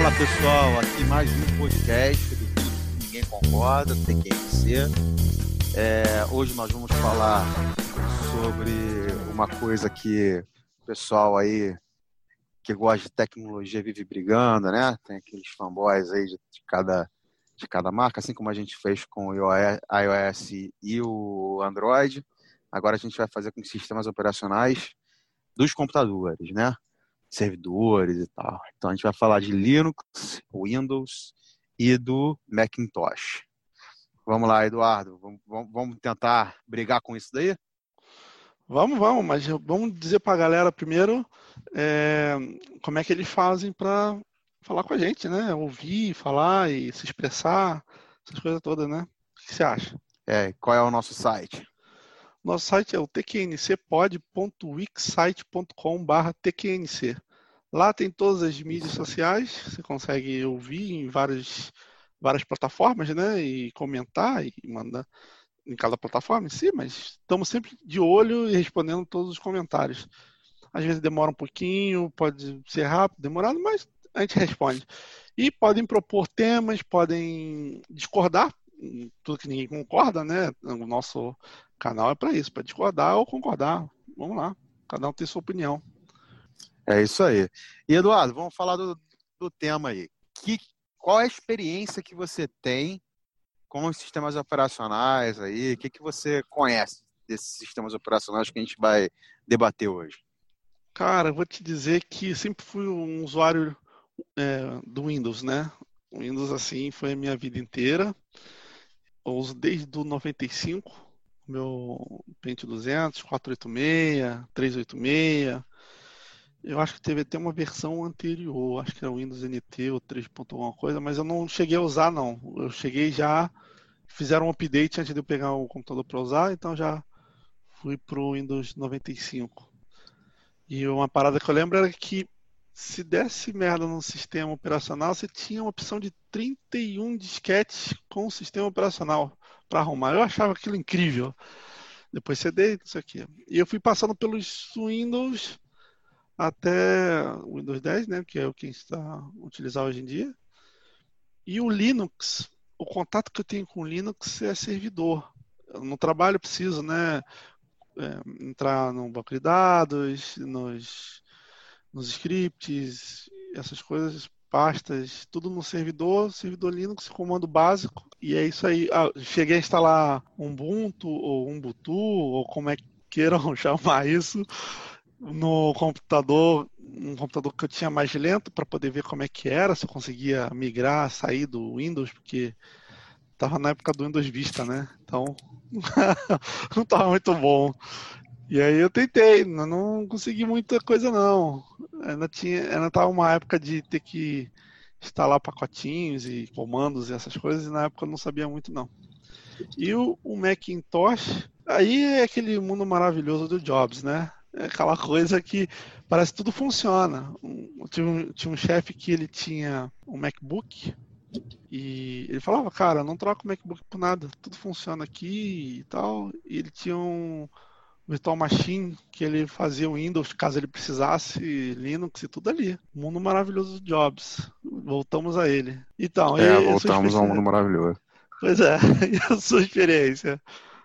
Fala pessoal, aqui mais um podcast do Tudo que Ninguém Concorda, TQNC. Hoje nós vamos falar sobre uma coisa que o pessoal aí que gosta de tecnologia vive brigando, né? Tem aqueles fanboys aí de cada marca, assim como a gente fez com o iOS e o Android. Agora a gente vai fazer com os sistemas operacionais dos computadores, né? Servidores e tal. Então a gente vai falar de Linux, Windows e do Macintosh. Vamos lá, Eduardo. Vamos tentar brigar com isso daí? Vamos, mas vamos dizer para a galera primeiro como é que eles fazem para falar com a gente, né? Ouvir, falar e se expressar, essas coisas todas, né? O que você acha? Qual é o nosso site? Nosso site é o tqncpod.wixsite.com/tqnc. Lá tem todas as mídias sociais, você consegue ouvir em várias plataformas, né? E comentar e mandar em cada plataforma em si, mas estamos sempre de olho e respondendo todos os comentários. Às vezes demora um pouquinho, pode ser rápido, demorado, mas a gente responde. E podem propor temas, podem discordar, tudo que ninguém concorda, né? O nosso canal é para isso, para discordar ou concordar. Vamos lá, cada um tem sua opinião. É isso aí. E Eduardo, vamos falar do tema aí. Qual é a experiência que você tem com os sistemas operacionais aí? O que você conhece desses sistemas operacionais que a gente vai debater hoje? Cara, eu vou te dizer que sempre fui um usuário do Windows, né? O Windows, assim, foi a minha vida inteira. Eu uso desde o 95, meu Pentium 200, 486, 386. Eu acho que teve até uma versão anterior, acho que era o Windows NT ou 3. Alguma coisa, mas eu não cheguei a usar, não. Eu cheguei já, fizeram um update antes de eu pegar o computador para usar, então já fui pro Windows 95. E uma parada que eu lembro era que se desse merda no sistema operacional, você tinha uma opção de 31 disquetes com o sistema operacional para arrumar. Eu achava aquilo incrível. Depois CD, isso aqui. E eu fui passando pelos Windows até o Windows 10, né, que é o que a gente está utilizando hoje em dia. E o Linux, o contato que eu tenho com o Linux é servidor. No trabalho eu preciso, né, entrar no banco de dados, nos scripts, essas coisas, pastas, tudo no servidor Linux, comando básico, e é isso aí. Cheguei a instalar Ubuntu, ou Ubuntu, ou como é que queiram chamar isso, no computador, um computador que eu tinha mais lento, para poder ver como é que era, se eu conseguia migrar, sair do Windows, porque estava na época do Windows Vista, né? Então, não estava muito bom. E aí eu tentei, não consegui muita coisa não. Ainda tava uma época de ter que instalar pacotinhos e comandos e essas coisas, e na época eu não sabia muito não. E o Macintosh, aí é aquele mundo maravilhoso do Jobs, né? É aquela coisa que parece que tudo funciona. Tinha um chefe que ele tinha um MacBook e ele falava, cara, não troca o MacBook por nada, tudo funciona aqui e tal. E ele tinha um Virtual Machine, que ele fazia o Windows, caso ele precisasse, Linux e tudo ali. Mundo maravilhoso do Jobs. Voltamos a ele. Então, e a sua Voltamos a um mundo experiência? maravilhoso. Pois é, e a sua experiência?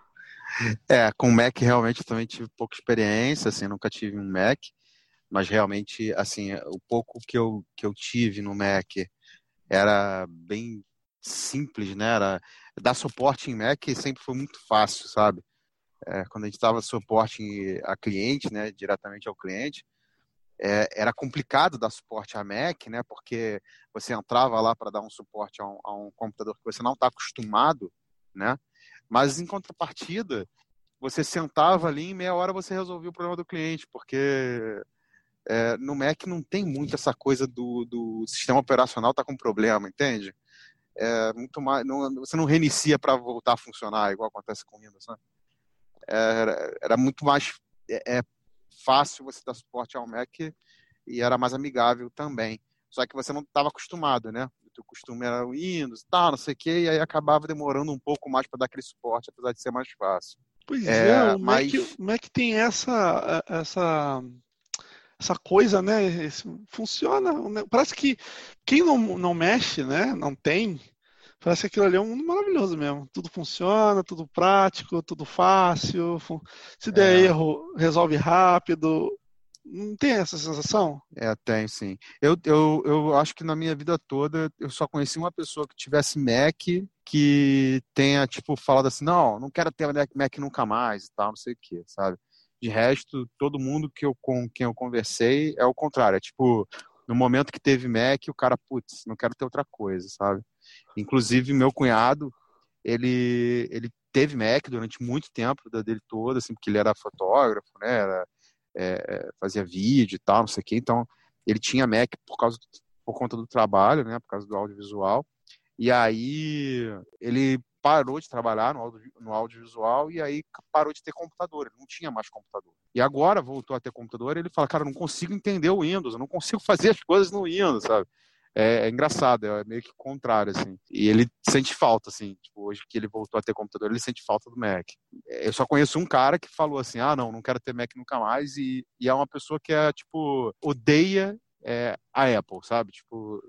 Com Mac realmente eu também tive pouca experiência, assim, nunca tive um Mac, mas realmente, assim, o pouco que eu tive no Mac era bem simples, né? Dar suporte em Mac sempre foi muito fácil, sabe? Quando a gente dava suporte a cliente, né, diretamente ao cliente, era complicado dar suporte a Mac, né? Porque você entrava lá para dar um suporte a um computador que você não está acostumado, né? Mas em contrapartida, você sentava ali e em meia hora você resolvia o problema do cliente, porque no Mac não tem muito essa coisa do sistema operacional tá com problema, entende? Muito mais, você não reinicia para voltar a funcionar, igual acontece com o Windows, né? Era muito mais fácil você dar suporte ao Mac e era mais amigável também. Só que você não estava acostumado, né? O teu costume era o Windows, não sei o quê, e aí acabava demorando um pouco mais para dar aquele suporte, apesar de ser mais fácil. Pois é, o Mas Mac tem essa essa coisa, né? Funciona. Parece que quem não mexe, né? Não tem. Parece que aquilo ali é um mundo maravilhoso mesmo. Tudo funciona, tudo prático, tudo fácil. Se der É, erro, resolve rápido. Não tem essa sensação? tem sim. Eu acho que na minha vida toda eu só conheci uma pessoa que tivesse Mac que tenha, tipo, falado assim, não quero ter Mac nunca mais e tal, não sei o quê, sabe? De resto, todo mundo com quem eu conversei é o contrário. É tipo, no momento que teve Mac, o cara, putz, não quero ter outra coisa, sabe? Inclusive, meu cunhado, ele teve Mac durante muito tempo, da dele toda, assim, porque ele era fotógrafo, né? Fazia vídeo e tal, não sei o quê. Então, ele tinha Mac por conta do trabalho, né? Por causa do audiovisual. E aí, ele parou de trabalhar no audiovisual e aí parou de ter computador. Ele não tinha mais computador. E agora voltou a ter computador e ele fala, cara, eu não consigo entender o Windows, eu não consigo fazer as coisas no Windows, sabe? É engraçado, é meio que o contrário, assim. E ele sente falta, assim, tipo, hoje que ele voltou a ter computador, ele sente falta do Mac. Eu só conheço um cara que falou assim, não quero ter Mac nunca mais, e é uma pessoa que tipo, odeia a Apple, sabe? Tipo,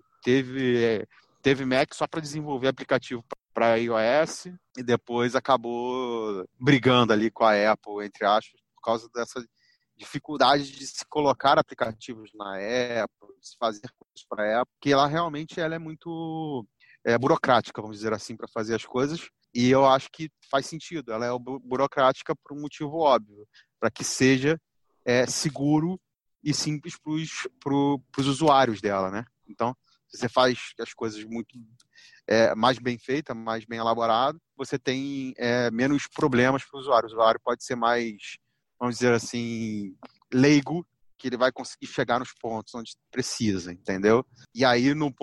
teve Mac só para desenvolver aplicativo para iOS e depois acabou brigando ali com a Apple, entre aspas, por causa dessa dificuldade de se colocar aplicativos na Apple, de se fazer coisas para a Apple, que ela é muito burocrática, vamos dizer assim, para fazer as coisas. E eu acho que faz sentido. Ela é burocrática por um motivo óbvio, para que seja seguro e simples para os usuários dela, né? Então, se você faz as coisas muito mais bem feitas, mais bem elaborado, você tem menos problemas para o usuário. O usuário pode ser mais, vamos dizer assim, leigo, que ele vai conseguir chegar nos pontos onde precisa, entendeu? E aí, no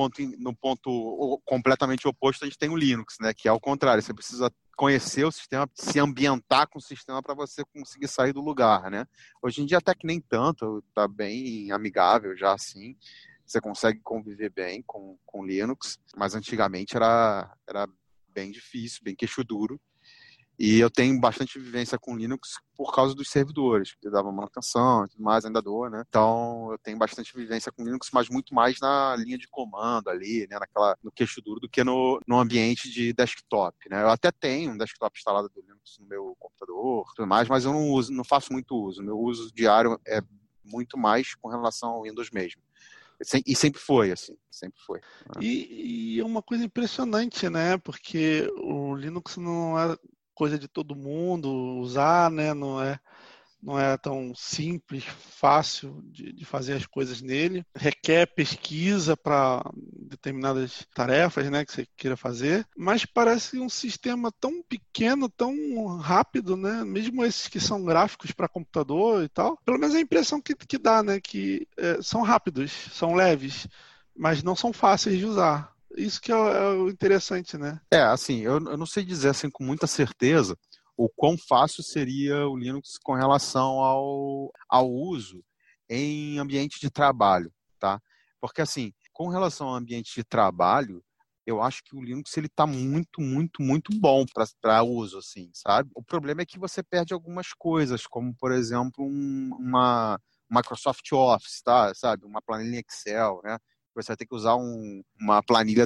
ponto completamente oposto, a gente tem o Linux, né? Que é ao contrário, você precisa conhecer o sistema, se ambientar com o sistema para você conseguir sair do lugar, né? Hoje em dia até que nem tanto, tá bem amigável já assim, você consegue conviver bem com Linux, mas antigamente era bem difícil, bem queixo duro. E eu tenho bastante vivência com Linux por causa dos servidores, que dava manutenção e tudo mais, ainda dou, né? Então eu tenho bastante vivência com Linux, mas muito mais na linha de comando ali, né? No queixo duro, do que no ambiente de desktop, né? Eu até tenho um desktop instalado do Linux no meu computador, tudo mais, mas eu não faço muito uso. Meu uso diário é muito mais com relação ao Windows mesmo. E sempre foi, assim, sempre foi. E é uma coisa impressionante, né? Porque o Linux não é coisa de todo mundo usar, né? Não é tão simples, fácil de fazer as coisas nele. Requer pesquisa para determinadas tarefas, né, que você queira fazer. Mas parece um sistema tão pequeno, tão rápido, né? Mesmo esses que são gráficos para computador e tal. Pelo menos a impressão que dá, né? Que são rápidos, são leves, mas não são fáceis de usar. Isso que é o interessante, né? Assim, eu não sei dizer assim com muita certeza o quão fácil seria o Linux com relação ao uso em ambiente de trabalho, tá? Porque assim, com relação ao ambiente de trabalho, eu acho que o Linux ele está muito, muito, muito bom para uso, assim, sabe? O problema é que você perde algumas coisas, como por exemplo uma Microsoft Office, tá? Sabe? Uma planilha Excel, né? Você vai ter que usar uma planilha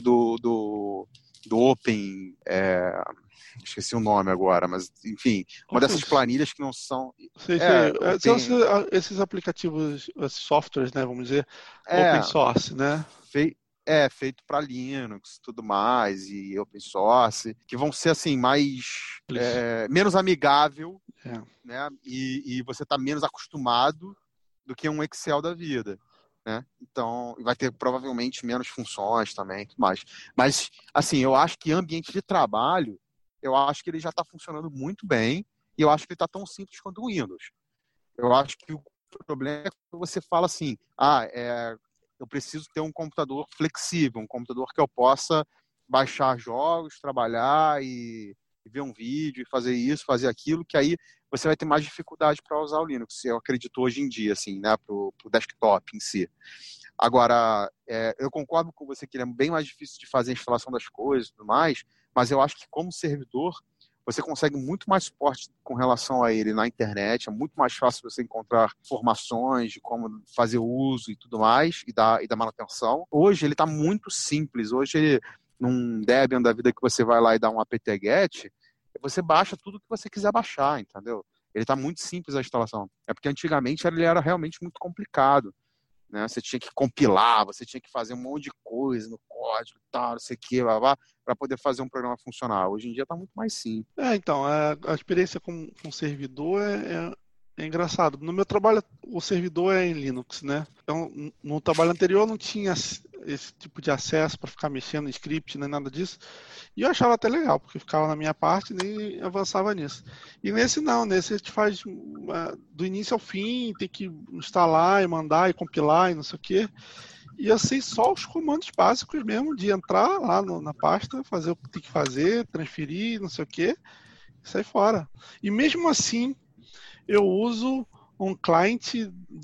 do Open, esqueci o nome agora, mas enfim, uma dessas Office. planilhas que não são Sei. São Open, esses aplicativos, esses softwares, né, vamos dizer, open é, source, né? fei, feito para Linux, tudo mais e Open Source, que vão ser assim Isso. menos amigável, É. né? E você está menos acostumado do que um Excel da vida. Né? Então, vai ter provavelmente menos funções também, tudo mais. Mas, assim, eu acho que ambiente de trabalho, eu acho que ele já está funcionando muito bem e eu acho que ele está tão simples quanto o Windows. Eu acho que o problema é quando você fala assim, eu preciso ter um computador flexível, um computador que eu possa baixar jogos, trabalhar e ver um vídeo, e fazer isso, fazer aquilo, que aí você vai ter mais dificuldade para usar o Linux, eu acredito hoje em dia, assim, né, para o desktop em si. Agora, eu concordo com você que ele é bem mais difícil de fazer a instalação das coisas e tudo mais, mas eu acho que como servidor, você consegue muito mais suporte com relação a ele na internet, é muito mais fácil você encontrar informações de como fazer uso e tudo mais, e da manutenção. Hoje ele está muito simples, hoje ele, num Debian da vida que você vai lá e dá um apt-get, você baixa tudo que você quiser baixar, entendeu? Ele está muito simples a instalação. É porque antigamente ele era realmente muito complicado, né? Você tinha que compilar, você tinha que fazer um monte de coisa no código, tal, não sei o que, para poder fazer um programa funcionar. Hoje em dia está muito mais simples. Então, a experiência com servidor é engraçado. No meu trabalho, o servidor é em Linux, né? Então, no trabalho anterior não tinha esse tipo de acesso para ficar mexendo em script, nem nada disso. E eu achava até legal, porque ficava na minha parte e nem avançava nisso. E nesse não, nesse a gente faz do início ao fim, tem que instalar e mandar e compilar e não sei o quê. E eu sei só os comandos básicos mesmo, de entrar lá na pasta, fazer o que tem que fazer, transferir, não sei o quê, e sair fora. E mesmo assim, eu uso um client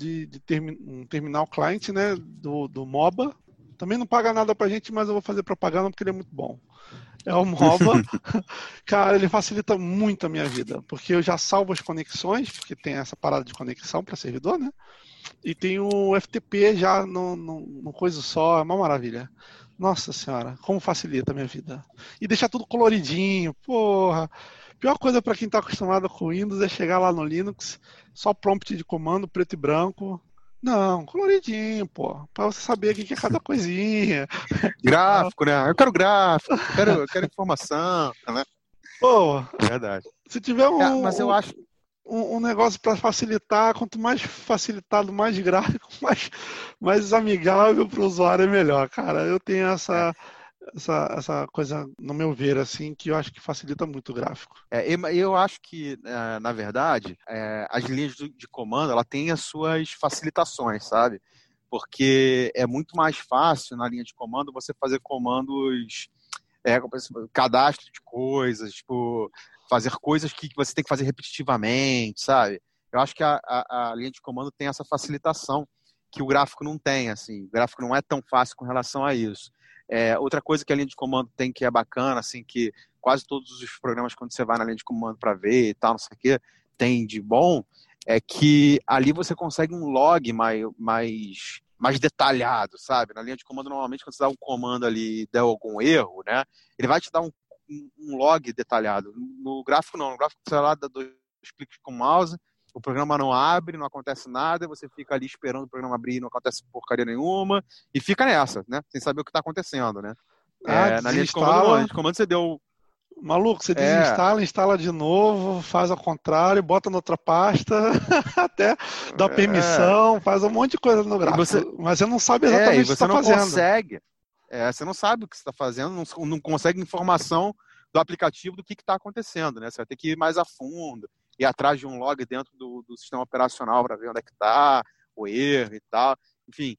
um terminal client, né, do MOBA. Também não paga nada pra gente, mas eu vou fazer propaganda porque ele é muito bom. É o MOBA. Cara, ele facilita muito a minha vida, porque eu já salvo as conexões, porque tem essa parada de conexão para servidor, né? E tem o FTP já no coisa só, é uma maravilha. Nossa senhora, como facilita a minha vida. E deixar tudo coloridinho, porra. Pior coisa para quem está acostumado com o Windows é chegar lá no Linux, só prompt de comando preto e branco. Não, coloridinho, pô, para você saber o que é cada coisinha. Gráfico, né? Eu quero gráfico, eu quero informação, né? Pô, Verdade. se tiver Mas eu acho. um negócio para facilitar, quanto mais facilitado, mais gráfico, mais amigável para o usuário é melhor, cara. Eu tenho É, essa coisa, no meu ver, assim, que eu acho que facilita muito o gráfico. eu acho que, na verdade, as linhas de comando, ela tem as suas facilitações, sabe? Porque é muito mais fácil na linha de comando você fazer comandos, cadastro de coisas, tipo, fazer coisas que você tem que fazer repetitivamente, sabe? Eu acho que a linha de comando tem essa facilitação que o gráfico não tem, assim. O gráfico não é tão fácil com relação a isso. Outra coisa que a linha de comando tem que é bacana, assim, que quase todos os programas, quando você vai na linha de comando para ver e tal, não sei o quê, tem de bom, é que ali você consegue um log mais detalhado, sabe? Na linha de comando, normalmente, quando você dá um comando ali e der algum erro, né, ele vai te dar um log detalhado. No gráfico, não. No gráfico, sei lá, dá 2 cliques com o mouse, o programa não abre, não acontece nada, você fica ali esperando o programa abrir e não acontece porcaria nenhuma, e fica nessa, né? Sem saber o que está acontecendo, né? Na linha de comando, não. Na linha Desinstala. de comando você deu. Maluco, você É, desinstala, instala de novo, faz ao contrário, bota na outra pasta, até dá é, permissão, faz um monte de coisa no e você, gráfico. Mas você não sabe e exatamente o que você está não fazendo. consegue. Você não sabe o que você está fazendo, não consegue informação do aplicativo do que está acontecendo, né? Você vai ter que ir mais a fundo, ir atrás de um log dentro do sistema operacional para ver onde é que está o erro e tal. Enfim,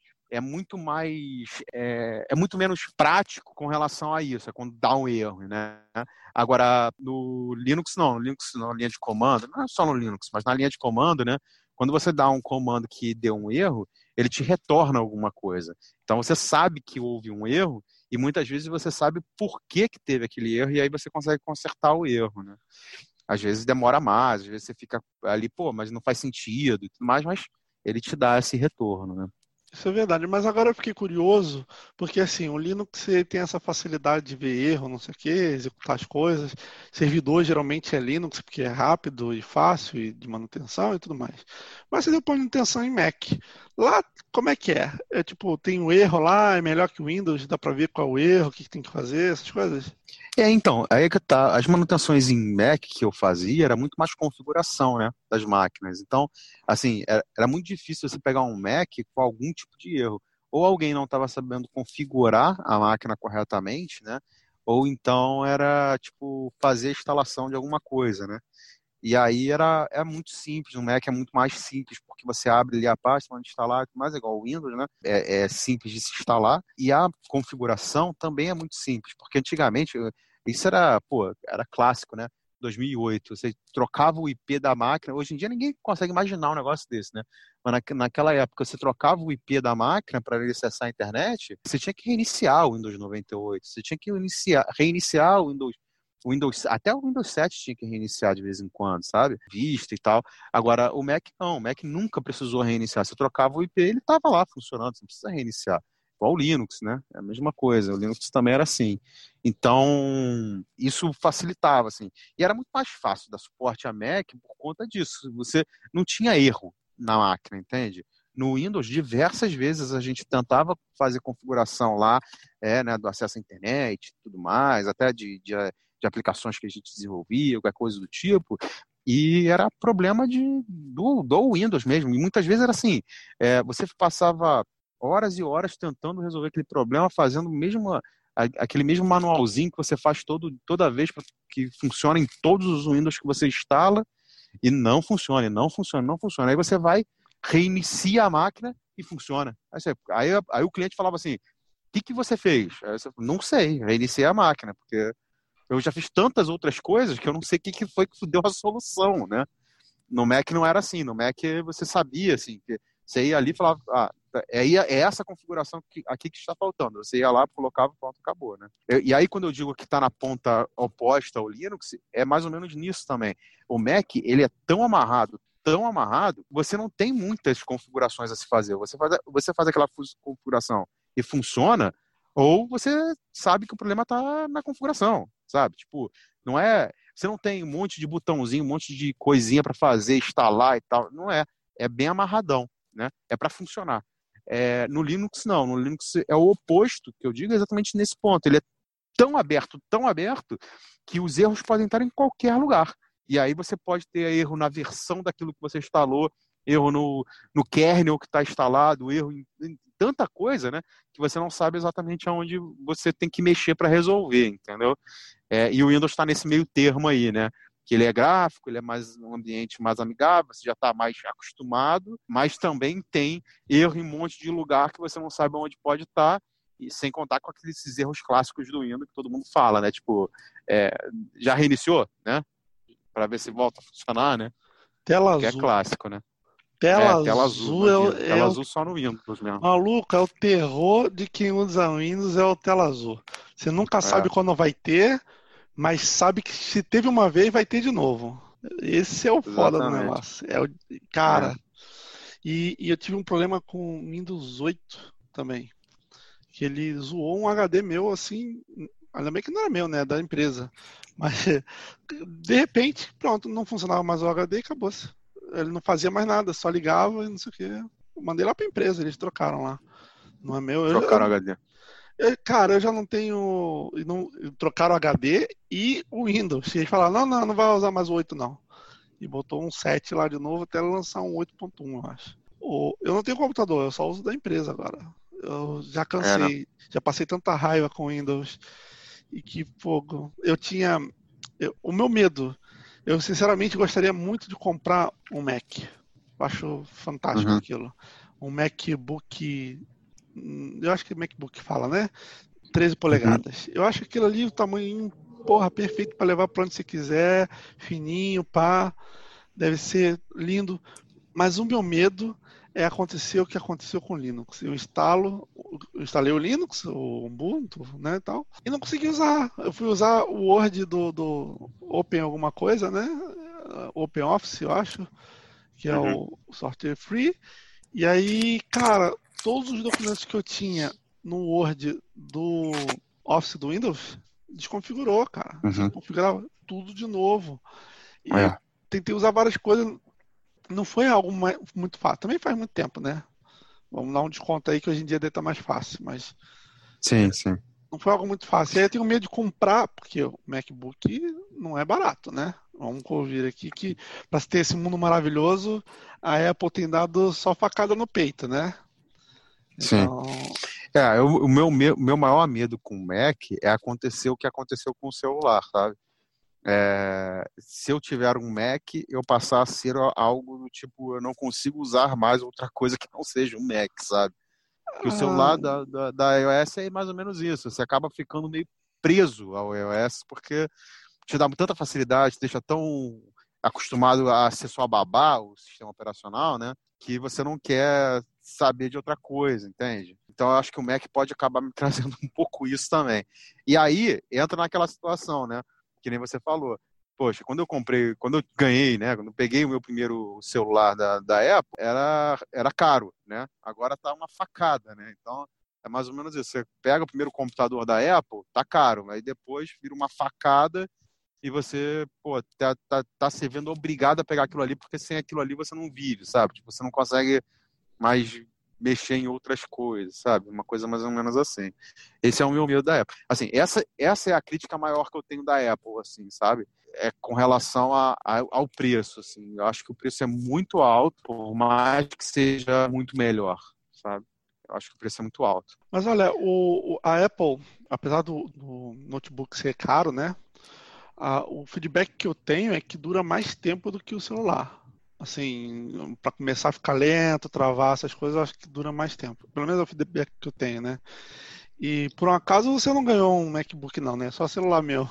é muito menos prático com relação a isso, é quando dá um erro, né? Agora, no Linux não, no Linux na linha de comando, não é só no Linux, mas na linha de comando, né? Quando você dá um comando que deu um erro, ele te retorna alguma coisa. Então você sabe que houve um erro e muitas vezes você sabe por que que teve aquele erro e aí você consegue consertar o erro, né? Às vezes demora mais, às vezes você fica ali, pô, mas não faz sentido e tudo mais, mas ele te dá esse retorno, né? Isso é verdade, mas agora eu fiquei curioso, porque assim, o Linux ele tem essa facilidade de ver erro, não sei o que, executar as coisas. Servidor geralmente é Linux, porque é rápido e fácil e de manutenção e tudo mais. Mas você põe manutenção em Mac. Lá, como é que é? É tipo, tem um erro lá, é melhor que o Windows, dá pra ver qual é o erro, o que tem que fazer, essas coisas. Então, aí é que tá. As manutenções em Mac que eu fazia era muito mais configuração, né, das máquinas. Então, assim, era muito difícil você pegar um Mac com algum tipo de erro. Ou alguém não estava sabendo configurar a máquina corretamente, né? Ou então era, tipo, fazer a instalação de alguma coisa, né? E aí é muito simples, no Mac é muito mais simples, porque você abre ali a pasta, manda instalar, mais igual o Windows, né? É simples de se instalar. E a configuração também é muito simples, porque antigamente, isso era clássico, né? 2008, você trocava o IP da máquina, hoje em dia ninguém consegue imaginar um negócio desse, né? Mas naquela época, você trocava o IP da máquina para ele acessar a internet, você tinha que reiniciar o Windows 98, você tinha que reiniciar o Windows Até o Windows 7 tinha que reiniciar de vez em quando, sabe? Vista e tal. Agora, o Mac não, o Mac nunca precisou reiniciar. Você trocava o IP, ele estava lá funcionando, você não precisa reiniciar. Igual o Linux, né? É a mesma coisa. O Linux também era assim. Então, isso facilitava, assim. E era muito mais fácil dar suporte a Mac por conta disso. Você não tinha erro na máquina, entende? No Windows, diversas vezes a gente tentava fazer configuração lá, né, do acesso à internet e tudo mais, até de aplicações que a gente desenvolvia, qualquer coisa do tipo, e era problema do Windows mesmo. E muitas vezes era assim, você passava horas e horas tentando resolver aquele problema, fazendo aquele mesmo manualzinho que você faz toda vez para que funcione em todos os Windows que você instala, e não funciona, não funciona, não funciona. Aí você vai, reinicia a máquina e funciona. Aí o cliente falava assim, o que você fez? Aí você, não sei, reiniciei a máquina, porque eu já fiz tantas outras coisas que eu não sei o que foi que deu a solução, né? No Mac não era assim. No Mac você sabia, assim, que você ia ali e falava, é essa configuração aqui que está faltando. Você ia lá, colocava, pronto, acabou, né? E aí, quando eu digo que está na ponta oposta ao Linux, é mais ou menos nisso também. O Mac, ele é tão amarrado, você não tem muitas configurações a se fazer. Você faz aquela configuração e funciona, ou você sabe que o problema está na configuração, sabe? Tipo, não é. Você não tem um monte de botãozinho, um monte de coisinha para fazer, instalar e tal. Não é. É bem amarradão, né? É para funcionar. No Linux, não. No Linux é o oposto, que eu digo exatamente nesse ponto. Ele é tão aberto, que os erros podem estar em qualquer lugar. E aí você pode ter erro na versão daquilo que você instalou, erro no kernel que está instalado, erro em tanta coisa, né? Que você não sabe exatamente aonde você tem que mexer para resolver, entendeu? E o Windows está nesse meio termo aí, né? Que ele é gráfico, ele é mais um ambiente mais amigável, você já está mais acostumado, mas também tem erro em um monte de lugar que você não sabe onde pode estar, e sem contar com aqueles erros clássicos do Windows que todo mundo fala, né? Tipo, já reiniciou, né? Para ver se volta a funcionar, né? Tela Que é azul. clássico, né? Tela Tela azul, azul imagina. é, Tela é o azul só no Windows mesmo. maluco, é o terror de quem usa Windows, é o tela azul. Você nunca sabe É, quando vai ter, mas sabe que se teve uma vez, vai ter de novo. Esse é o foda do exatamente. negócio. É. Cara, e eu tive um problema com o Windows 8 também. Que ele zoou um HD meu assim. Ainda bem que não era meu, né? Da empresa. Mas de repente, pronto, não funcionava mais o HD e acabou-se. Ele não fazia mais nada, só ligava e não sei o quê. Eu mandei lá pra empresa, eles trocaram lá. Não é meu. Trocaram o HD. Cara, eu já não tenho. Não, trocaram o HD e o Windows. E eles falaram: não vai usar mais o 8, não. E botou um 7 lá de novo até lançar um 8.1, eu acho. Eu não tenho computador, eu só uso da empresa agora. Eu já Né? cansei, já passei tanta raiva com Windows e que fogo. O meu medo, eu sinceramente gostaria muito de comprar um Mac. Eu acho fantástico Uhum. aquilo. Um MacBook, eu acho que MacBook fala, né? 13 Uhum. polegadas. Eu acho aquilo ali o tamanho, porra, perfeito para levar para onde você quiser, fininho, pá, deve ser lindo. Mas o meu medo é acontecer o que aconteceu com o Linux. Eu instalei o Linux, o Ubuntu, né, e tal, e não consegui usar. Eu fui usar o Word do Open alguma coisa, né? Open Office, eu acho, que é Uhum. o software free. E aí, cara, todos os documentos que eu tinha no Word do Office do Windows desconfigurou, cara. Tinha que Uhum. configurar tudo de novo. E eu É. tentei usar várias coisas, não foi algo muito fácil. Também faz muito tempo, né? Vamos dar um desconto aí que hoje em dia deve estar mais fácil, mas Sim, sim. não foi algo muito fácil. E aí eu tenho medo de comprar, porque o MacBook não é barato, né? Vamos convir aqui que para ter esse mundo maravilhoso, a Apple tem dado só facada no peito, né? Sim. Então, O meu maior medo com o Mac é acontecer o que aconteceu com o celular, sabe? Se eu tiver um Mac, eu passar a ser algo do tipo, eu não consigo usar mais outra coisa que não seja um Mac, sabe? Que o celular ah, da iOS é mais ou menos isso. Você acaba ficando meio preso ao iOS porque te dá tanta facilidade, te deixa tão acostumado a ser sua babá, o sistema operacional, né? Que você não quer saber de outra coisa, entende? Então eu acho que o Mac pode acabar me trazendo um pouco isso também. E aí entra naquela situação, né? que nem você falou. Poxa, quando eu ganhei, né? Quando eu peguei o meu primeiro celular da Apple, era caro, né? Agora tá uma facada, né? Então, é mais ou menos isso. Você pega o primeiro computador da Apple, tá caro, aí depois vira uma facada e você, pô, tá se vendo obrigado a pegar aquilo ali, porque sem aquilo ali você não vive, sabe? Tipo, você não consegue mais mexer em outras coisas, sabe? Uma coisa mais ou menos assim. Esse é o meu medo da Apple. Assim, essa é a crítica maior que eu tenho da Apple, assim, sabe? É com relação ao preço, assim. Eu acho que o preço é muito alto, por mais que seja muito melhor, sabe? Eu acho que o preço é muito alto. Mas olha, a Apple, apesar do notebook ser caro, né? O feedback que eu tenho é que dura mais tempo do que o celular. Assim, para começar a ficar lento, travar essas coisas, eu acho que dura mais tempo. Pelo menos é o feedback que eu tenho, né? E por um acaso você não ganhou um MacBook não, né? Só celular meu.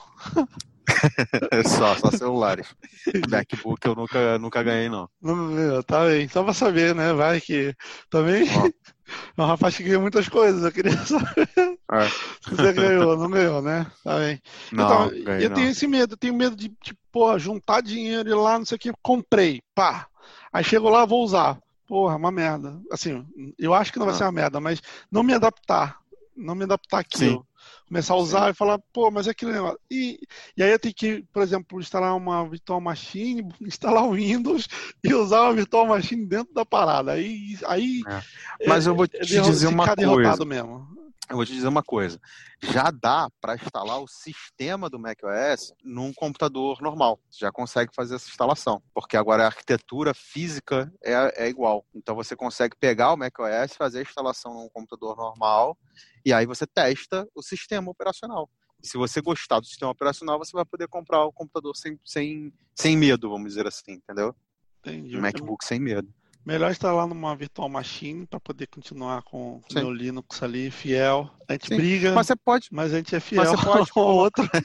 Só celulares. MacBook eu nunca ganhei, não. Não, meu, tá bem. Só pra saber, né? Vai que também Ó, é um rapaz que ganha muitas coisas. Eu queria saber é. se você ganhou, não ganhou, né? Tá bem. Então, Não, ganhei eu tenho não. esse medo. Eu tenho medo de, tipo, porra, juntar dinheiro e ir lá, não sei o que, comprei. Pá. Aí chego lá, vou usar. Porra, uma merda. Assim, eu acho que não vai ser Ah, uma merda, mas não me adaptar. Não me adaptar sim, àquilo. Começar a sim. usar e falar, pô, mas é aquele negócio. E aí eu tenho que, por exemplo, instalar uma virtual machine, instalar o Windows e usar uma virtual machine dentro da parada. Aí É. Mas eu vou te dizer uma ficar coisa. derrotado mesmo. Eu vou te dizer uma coisa. Já dá para instalar o sistema do macOS num computador normal. Você já consegue fazer essa instalação, porque agora a arquitetura física é igual. Então você consegue pegar o macOS, fazer a instalação num computador normal e aí você testa o sistema operacional. Se você gostar do sistema operacional, você vai poder comprar o computador sem medo, vamos dizer assim, entendeu? Entendi. Um MacBook sem medo. Melhor instalar numa virtual machine para poder continuar com o Sim, meu Linux ali, fiel. A gente sim. briga, Mas você pode, mas a gente é mas fiel você pode ao colocar. outro.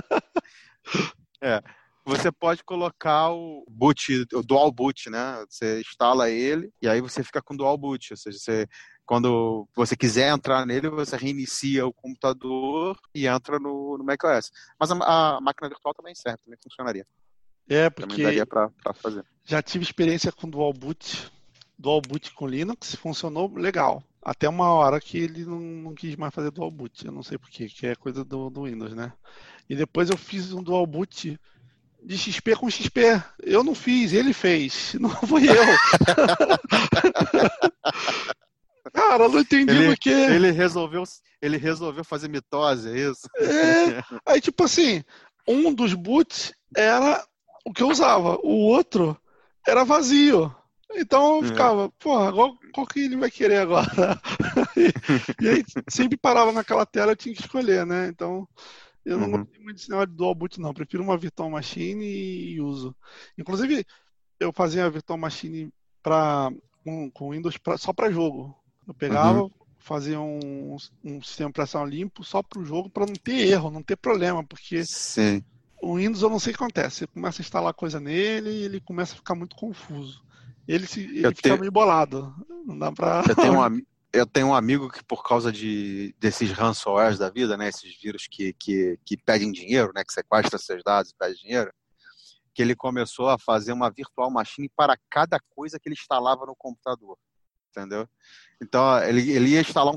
É, você pode colocar o boot, o dual boot, né? Você instala ele e aí você fica com dual boot, ou seja, quando você quiser entrar nele, você reinicia o computador e entra no macOS. Mas a máquina virtual também serve, também funcionaria. É, Também daria porque para fazer. já tive experiência com dual boot com Linux, funcionou legal. Até uma hora que ele não quis mais fazer dual boot, eu não sei por quê, que é coisa do Windows, né? E depois eu fiz um dual boot de XP com XP. Eu não fiz, ele fez, não fui eu. Cara, eu não entendi Ele, porque. ele resolveu fazer mitose, é isso? É... Aí, tipo assim, um dos boots era o que eu usava, o outro era vazio. Então eu É. ficava, porra, qual que ele vai querer agora? E aí sempre parava naquela tela, eu tinha que escolher, né? Então eu não Uhum, gostei muito desse negócio de dual boot, não. Eu prefiro uma virtual machine e uso. Inclusive, eu fazia a virtual machine com Windows só para jogo. Eu uhum. pegava, fazia um sistema operacional limpo só para o jogo, para não ter erro, não ter problema, porque Sim. o Windows eu não sei o que acontece. Você começa a instalar coisa nele e ele começa a ficar muito confuso. Eu Ele fica tenho, meio bolado. Não dá para. Eu tenho eu tenho um amigo que, por causa desses ransomwares da vida, né, esses vírus que pedem dinheiro, né, que sequestram seus dados e pedem dinheiro, que ele começou a fazer uma virtual machine para cada coisa que ele instalava no computador, entendeu? Então, ele ia instalar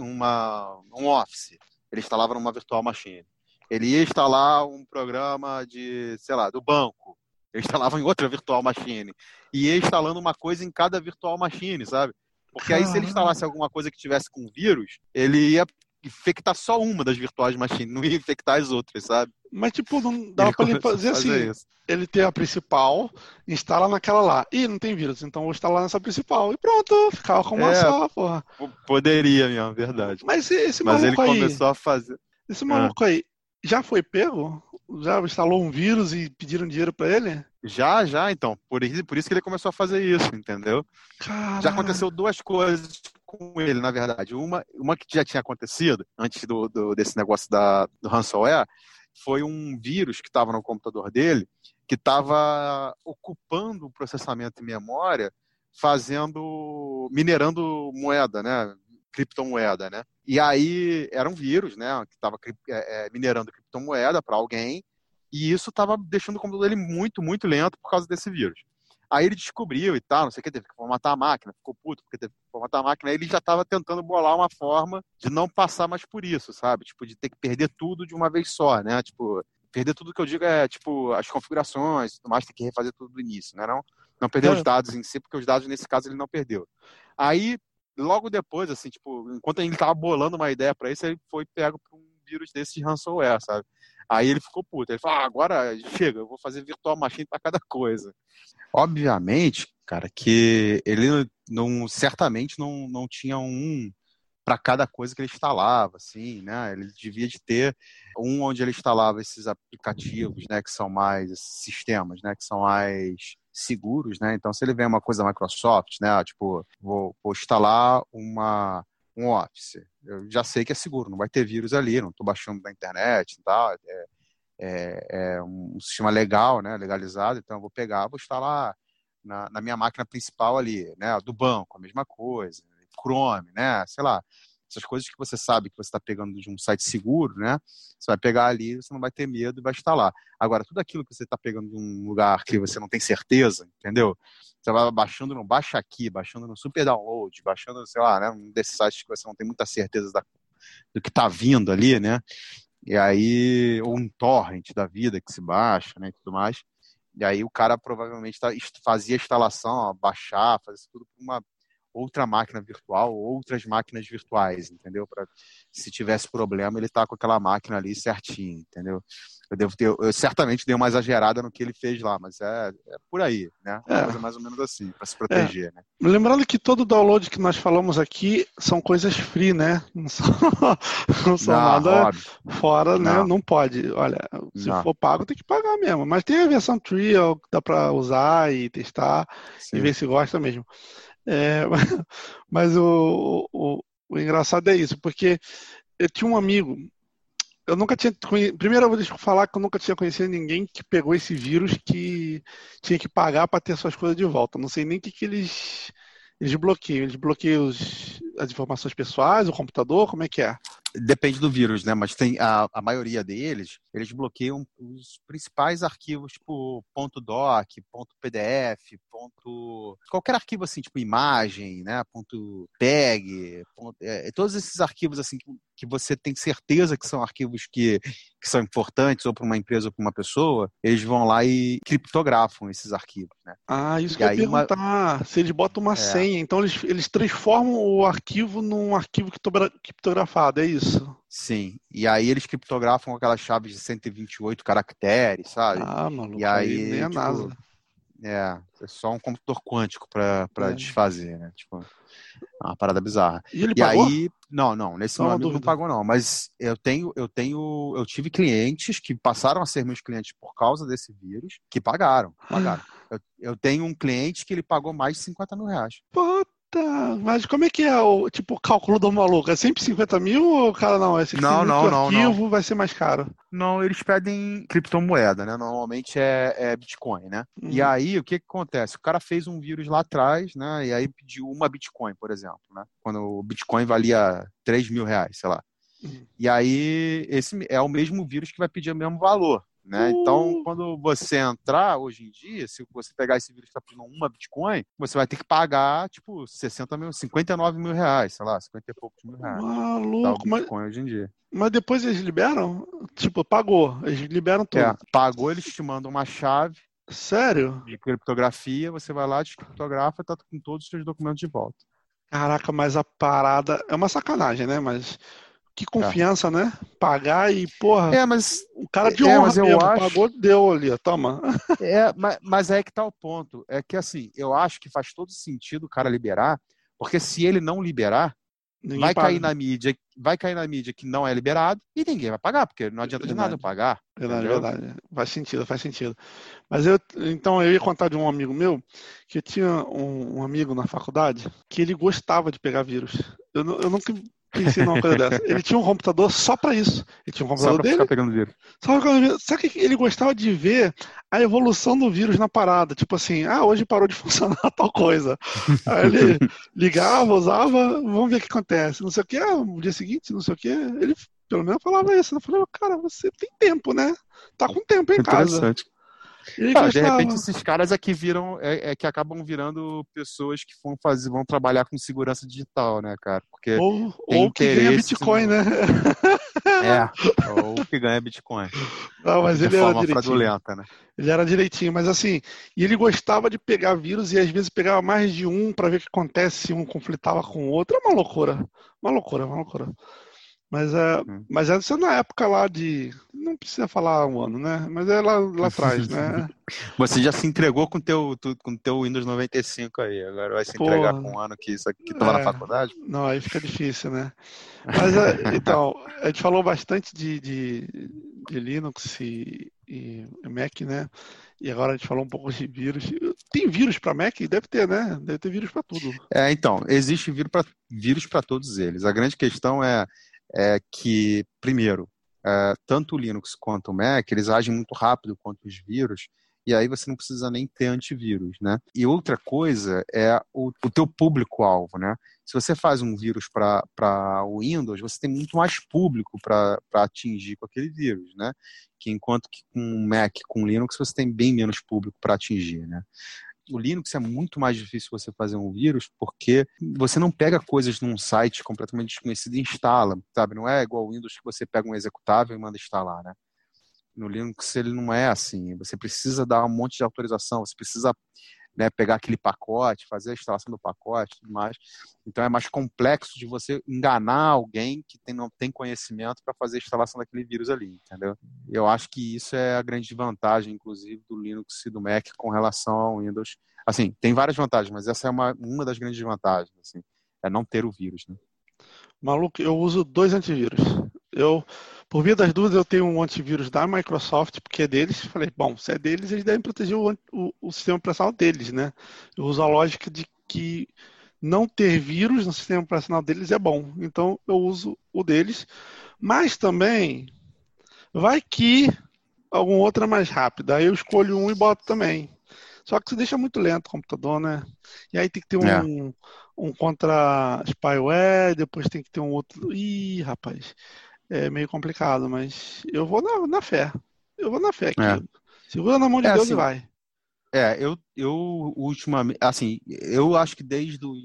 um Office, ele instalava numa virtual machine. Ele ia instalar um programa de, sei lá, do banco, ele instalava em outra virtual machine. E ia instalando uma coisa em cada virtual machine, sabe? Porque aí, se ele instalasse Caramba. alguma coisa que tivesse com vírus, ele ia infectar só uma das virtuais machines, não ia infectar as outras, sabe? Mas, tipo, não dava Ele para ele começou a fazer assim. fazer isso. Ele tem a principal, instala naquela lá. Ih, não tem vírus, então vou instalar nessa principal. E pronto, ficava com uma É, só, porra. poderia mesmo, verdade. Mas esse Mas ele maluco aí, começou a fazer. esse Ah, maluco aí, já foi pego? Já instalou um vírus e pediram dinheiro pra ele? já, então. Por isso que ele começou a fazer isso, entendeu? Já Caralho. aconteceu duas coisas com ele, na verdade. Uma que já tinha acontecido antes desse negócio do ransomware foi um vírus que estava no computador dele que estava ocupando o processamento em memória, minerando moeda, né? Criptomoeda, né? E aí era um vírus, né? Que estava minerando criptomoeda para alguém. E isso estava deixando o computador dele muito, muito lento por causa desse vírus. Aí ele descobriu e tal, não sei o que, teve que formatar a máquina, ficou puto porque teve que formatar a máquina, aí ele já estava tentando bolar uma forma de não passar mais por isso, sabe? Tipo, de ter que perder tudo de uma vez só, né? Tipo, perder tudo que eu digo é, tipo, as configurações e tudo mais, ter que refazer tudo do início, né? Não perder os dados em si, porque os dados, nesse caso, ele não perdeu. Aí, logo depois, assim, tipo, enquanto ele estava bolando uma ideia para isso, ele foi pego por um vírus desse de ransomware, sabe? Aí ele ficou puto, ele falou, agora chega, eu vou fazer virtual machine para cada coisa. Obviamente, cara, que ele certamente não tinha um para cada coisa que ele instalava, assim, né? Ele devia de ter um onde ele instalava esses aplicativos, né, que são mais esses sistemas, né, que são mais seguros, né? Então, se ele vê uma coisa Microsoft, né, tipo, vou instalar um Office, eu já sei que é seguro, não vai ter vírus ali, não estou baixando da internet e tal, é um sistema legal, né, legalizado, então eu vou pegar, vou instalar na minha máquina principal ali, né, do banco, a mesma coisa, Chrome, né, sei lá, essas coisas que você sabe que você está pegando de um site seguro, né, você vai pegar ali, você não vai ter medo e vai instalar. Agora, tudo aquilo que você está pegando de um lugar que você não tem certeza, entendeu? Você vai baixando no Baixa Aqui, baixando no Super Download, baixando, sei lá, né, um desses sites que você não tem muita certeza do que está vindo ali, né, e aí, ou um torrent da vida que se baixa, né, e tudo mais. E aí o cara provavelmente fazia a instalação, ó, baixar, fazer tudo por uma outra máquina virtual, outras máquinas virtuais, entendeu? Para se tivesse problema, ele tá com aquela máquina ali certinho, entendeu? Eu certamente dei uma exagerada no que ele fez lá, mas é por aí, né? Uma coisa mais ou menos assim, para se proteger, né? Lembrando que todo download que nós falamos aqui são coisas free, né? Não são nada óbvio. fora, né? Não pode. Olha, se for pago, tem que pagar mesmo. Mas tem a versão trial que dá para usar e testar. Sim. E ver se gosta mesmo. Mas o engraçado é isso, porque eu tinha um amigo, eu nunca tinha conhecido, primeiro eu vou deixar eu falar que eu nunca tinha conhecido ninguém que pegou esse vírus que tinha que pagar para ter suas coisas de volta. Não sei nem o que eles bloqueiam. Eles bloqueiam as informações pessoais, o computador, como é que é? Depende do vírus, né? Mas tem a maioria deles, eles bloqueiam os principais arquivos, tipo .doc, .pdf, qualquer arquivo assim, tipo imagem, né? .peg, todos esses arquivos assim que você tem certeza que são arquivos que são importantes ou para uma empresa ou para uma pessoa, eles vão lá e criptografam esses arquivos, né? Isso que eu ia perguntar. Se eles botam uma senha, então eles transformam o arquivo num arquivo criptografado, é isso? Sim, e aí eles criptografam aquelas chaves de 128 caracteres, sabe? Maluco, e aí nem a NASA. É só um computador quântico para desfazer, né? Tipo, é uma parada bizarra. E ele pagou? Aí, não, nesse meu amigo não pagou não, mas eu tive clientes que passaram a ser meus clientes por causa desse vírus, que pagaram. Eu tenho um cliente que ele pagou mais de 50 mil reais. Mas como é que é o cálculo do maluco? É sempre 50 mil ou o cara não? Esse arquivo vai ser mais caro? Não, eles pedem criptomoeda, né? Normalmente é Bitcoin, né? E aí, o que acontece? O cara fez um vírus lá atrás, né? E aí pediu uma Bitcoin, por exemplo, né? Quando o Bitcoin valia 3 mil reais, sei lá. E aí, esse é o mesmo vírus que vai pedir o mesmo valor, né? Então, quando você entrar, hoje em dia, se você pegar esse vírus que está pedindo uma Bitcoin, você vai ter que pagar, tipo, 59 mil reais, sei lá, 50 e poucos mil reais. Maluco, tá o Bitcoin hoje em dia. Mas depois eles liberam? Tipo, pagou, eles liberam tudo. Pagou, eles te mandam uma chave. Sério? De criptografia, você vai lá, descriptografa e tá com todos os seus documentos de volta. Caraca, mas a parada é uma sacanagem, né? Mas que confiança, né? Pagar e, porra, mas o cara de honra mas eu mesmo, acho... pagou, deu ali, ó, toma. Mas é que tá o ponto. É que, assim, eu acho que faz todo sentido o cara liberar, porque se ele não liberar, vai cair na mídia que não é liberado e ninguém vai pagar, porque não adianta de nada eu pagar. Verdade. Faz sentido. Mas então eu ia contar de um amigo meu, que eu tinha um amigo na faculdade que ele gostava de pegar vírus. Eu nunca pensei numa coisa dessa. Ele tinha um computador só pra isso. Ele tinha um computador só pra dele. Ficar pegando vírus. Sabe que ele gostava de ver a evolução do vírus na parada? Tipo assim, hoje parou de funcionar tal coisa. Aí ele ligava, usava, vamos ver o que acontece. Não sei o que, no dia seguinte, não sei o que. Ele pelo menos falava isso. Eu falei, cara, você tem tempo, né? Tá com tempo em casa. Interessante. E ele De repente, gostava. esses caras aqui viram, que acabam virando pessoas que vão trabalhar com segurança digital, né, cara? Porque tem Ou que ganha interesse Bitcoin, né? É, ou que ganha Bitcoin Não, mas de ele era forma direitinho. fraudulenta, né? Ele era direitinho, mas assim, e ele gostava de pegar vírus e às vezes pegava mais de um para ver o que acontece se um conflitava com o outro. É uma loucura. Uma loucura, uma loucura. Hum. Mas essa é na época lá de. Não precisa falar um ano, né? Mas é lá atrás, né? Você já se entregou com teu Windows 95 aí, agora vai se entregar Pô, com um ano que isso aqui tava na é. faculdade? Não, aí fica difícil, né? Mas então, a gente falou bastante de Linux e Mac, né? E agora a gente falou um pouco de vírus. Tem vírus para Mac? Deve ter, né? Deve ter vírus para tudo. Então, existe vírus para todos eles. A grande questão é que, primeiro, tanto o Linux quanto o Mac, eles agem muito rápido quanto os vírus, e aí você não precisa nem ter antivírus, né? E outra coisa é o teu público-alvo, né? Se você faz um vírus para o Windows, você tem muito mais público para atingir com aquele vírus, né? Que enquanto que com o Mac, com o Linux, você tem bem menos público para atingir, né? O Linux é muito mais difícil você fazer um vírus porque você não pega coisas num site completamente desconhecido e instala, sabe? Não é igual o Windows que você pega um executável e manda instalar, né? No Linux ele não é assim. Você precisa dar um monte de autorização, você precisa, né, pegar aquele pacote, fazer a instalação do pacote e tudo mais. Então é mais complexo de você enganar alguém que não tem conhecimento para fazer a instalação daquele vírus ali, entendeu? Eu acho que isso é a grande vantagem, inclusive, do Linux e do Mac com relação ao Windows. Assim, tem várias vantagens, mas essa é uma das grandes vantagens, assim, é não ter o vírus, né? Maluco, eu uso 2 antivírus. Por via das dúvidas, eu tenho um antivírus da Microsoft, porque é deles. Falei, bom, se é deles, eles devem proteger o sistema operacional deles, né? Eu uso a lógica de que não ter vírus no sistema operacional deles é bom. Então, eu uso o deles. Mas também, vai que algum outro é mais rápido. Aí eu escolho um e boto também. Só que isso deixa muito lento o computador, né? E aí tem que ter É, um contra spyware, depois tem que ter um outro. Ih, rapaz, é meio complicado, mas eu vou na fé. Eu vou na fé aqui. é. Segura na mão de É Deus e assim, vai. eu ultimamente, assim, eu acho que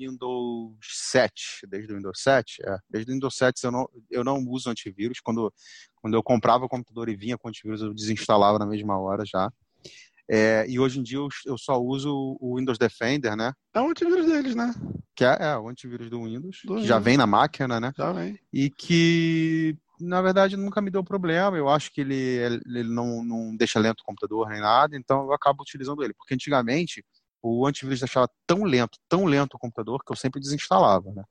desde o Windows 7, desde o Windows 7 eu não uso antivírus. Quando eu comprava o computador e vinha com antivírus, eu desinstalava na mesma hora já. E hoje em dia eu só uso o Windows Defender, né? É o antivírus deles, né? Que é o antivírus do Windows, Do que já vem Windows. na máquina, né? Já vem. E que, na verdade, nunca me deu problema. Eu acho que ele não deixa lento o computador nem nada, então eu acabo utilizando ele. Porque antigamente o antivírus deixava tão lento o computador que eu sempre desinstalava, né?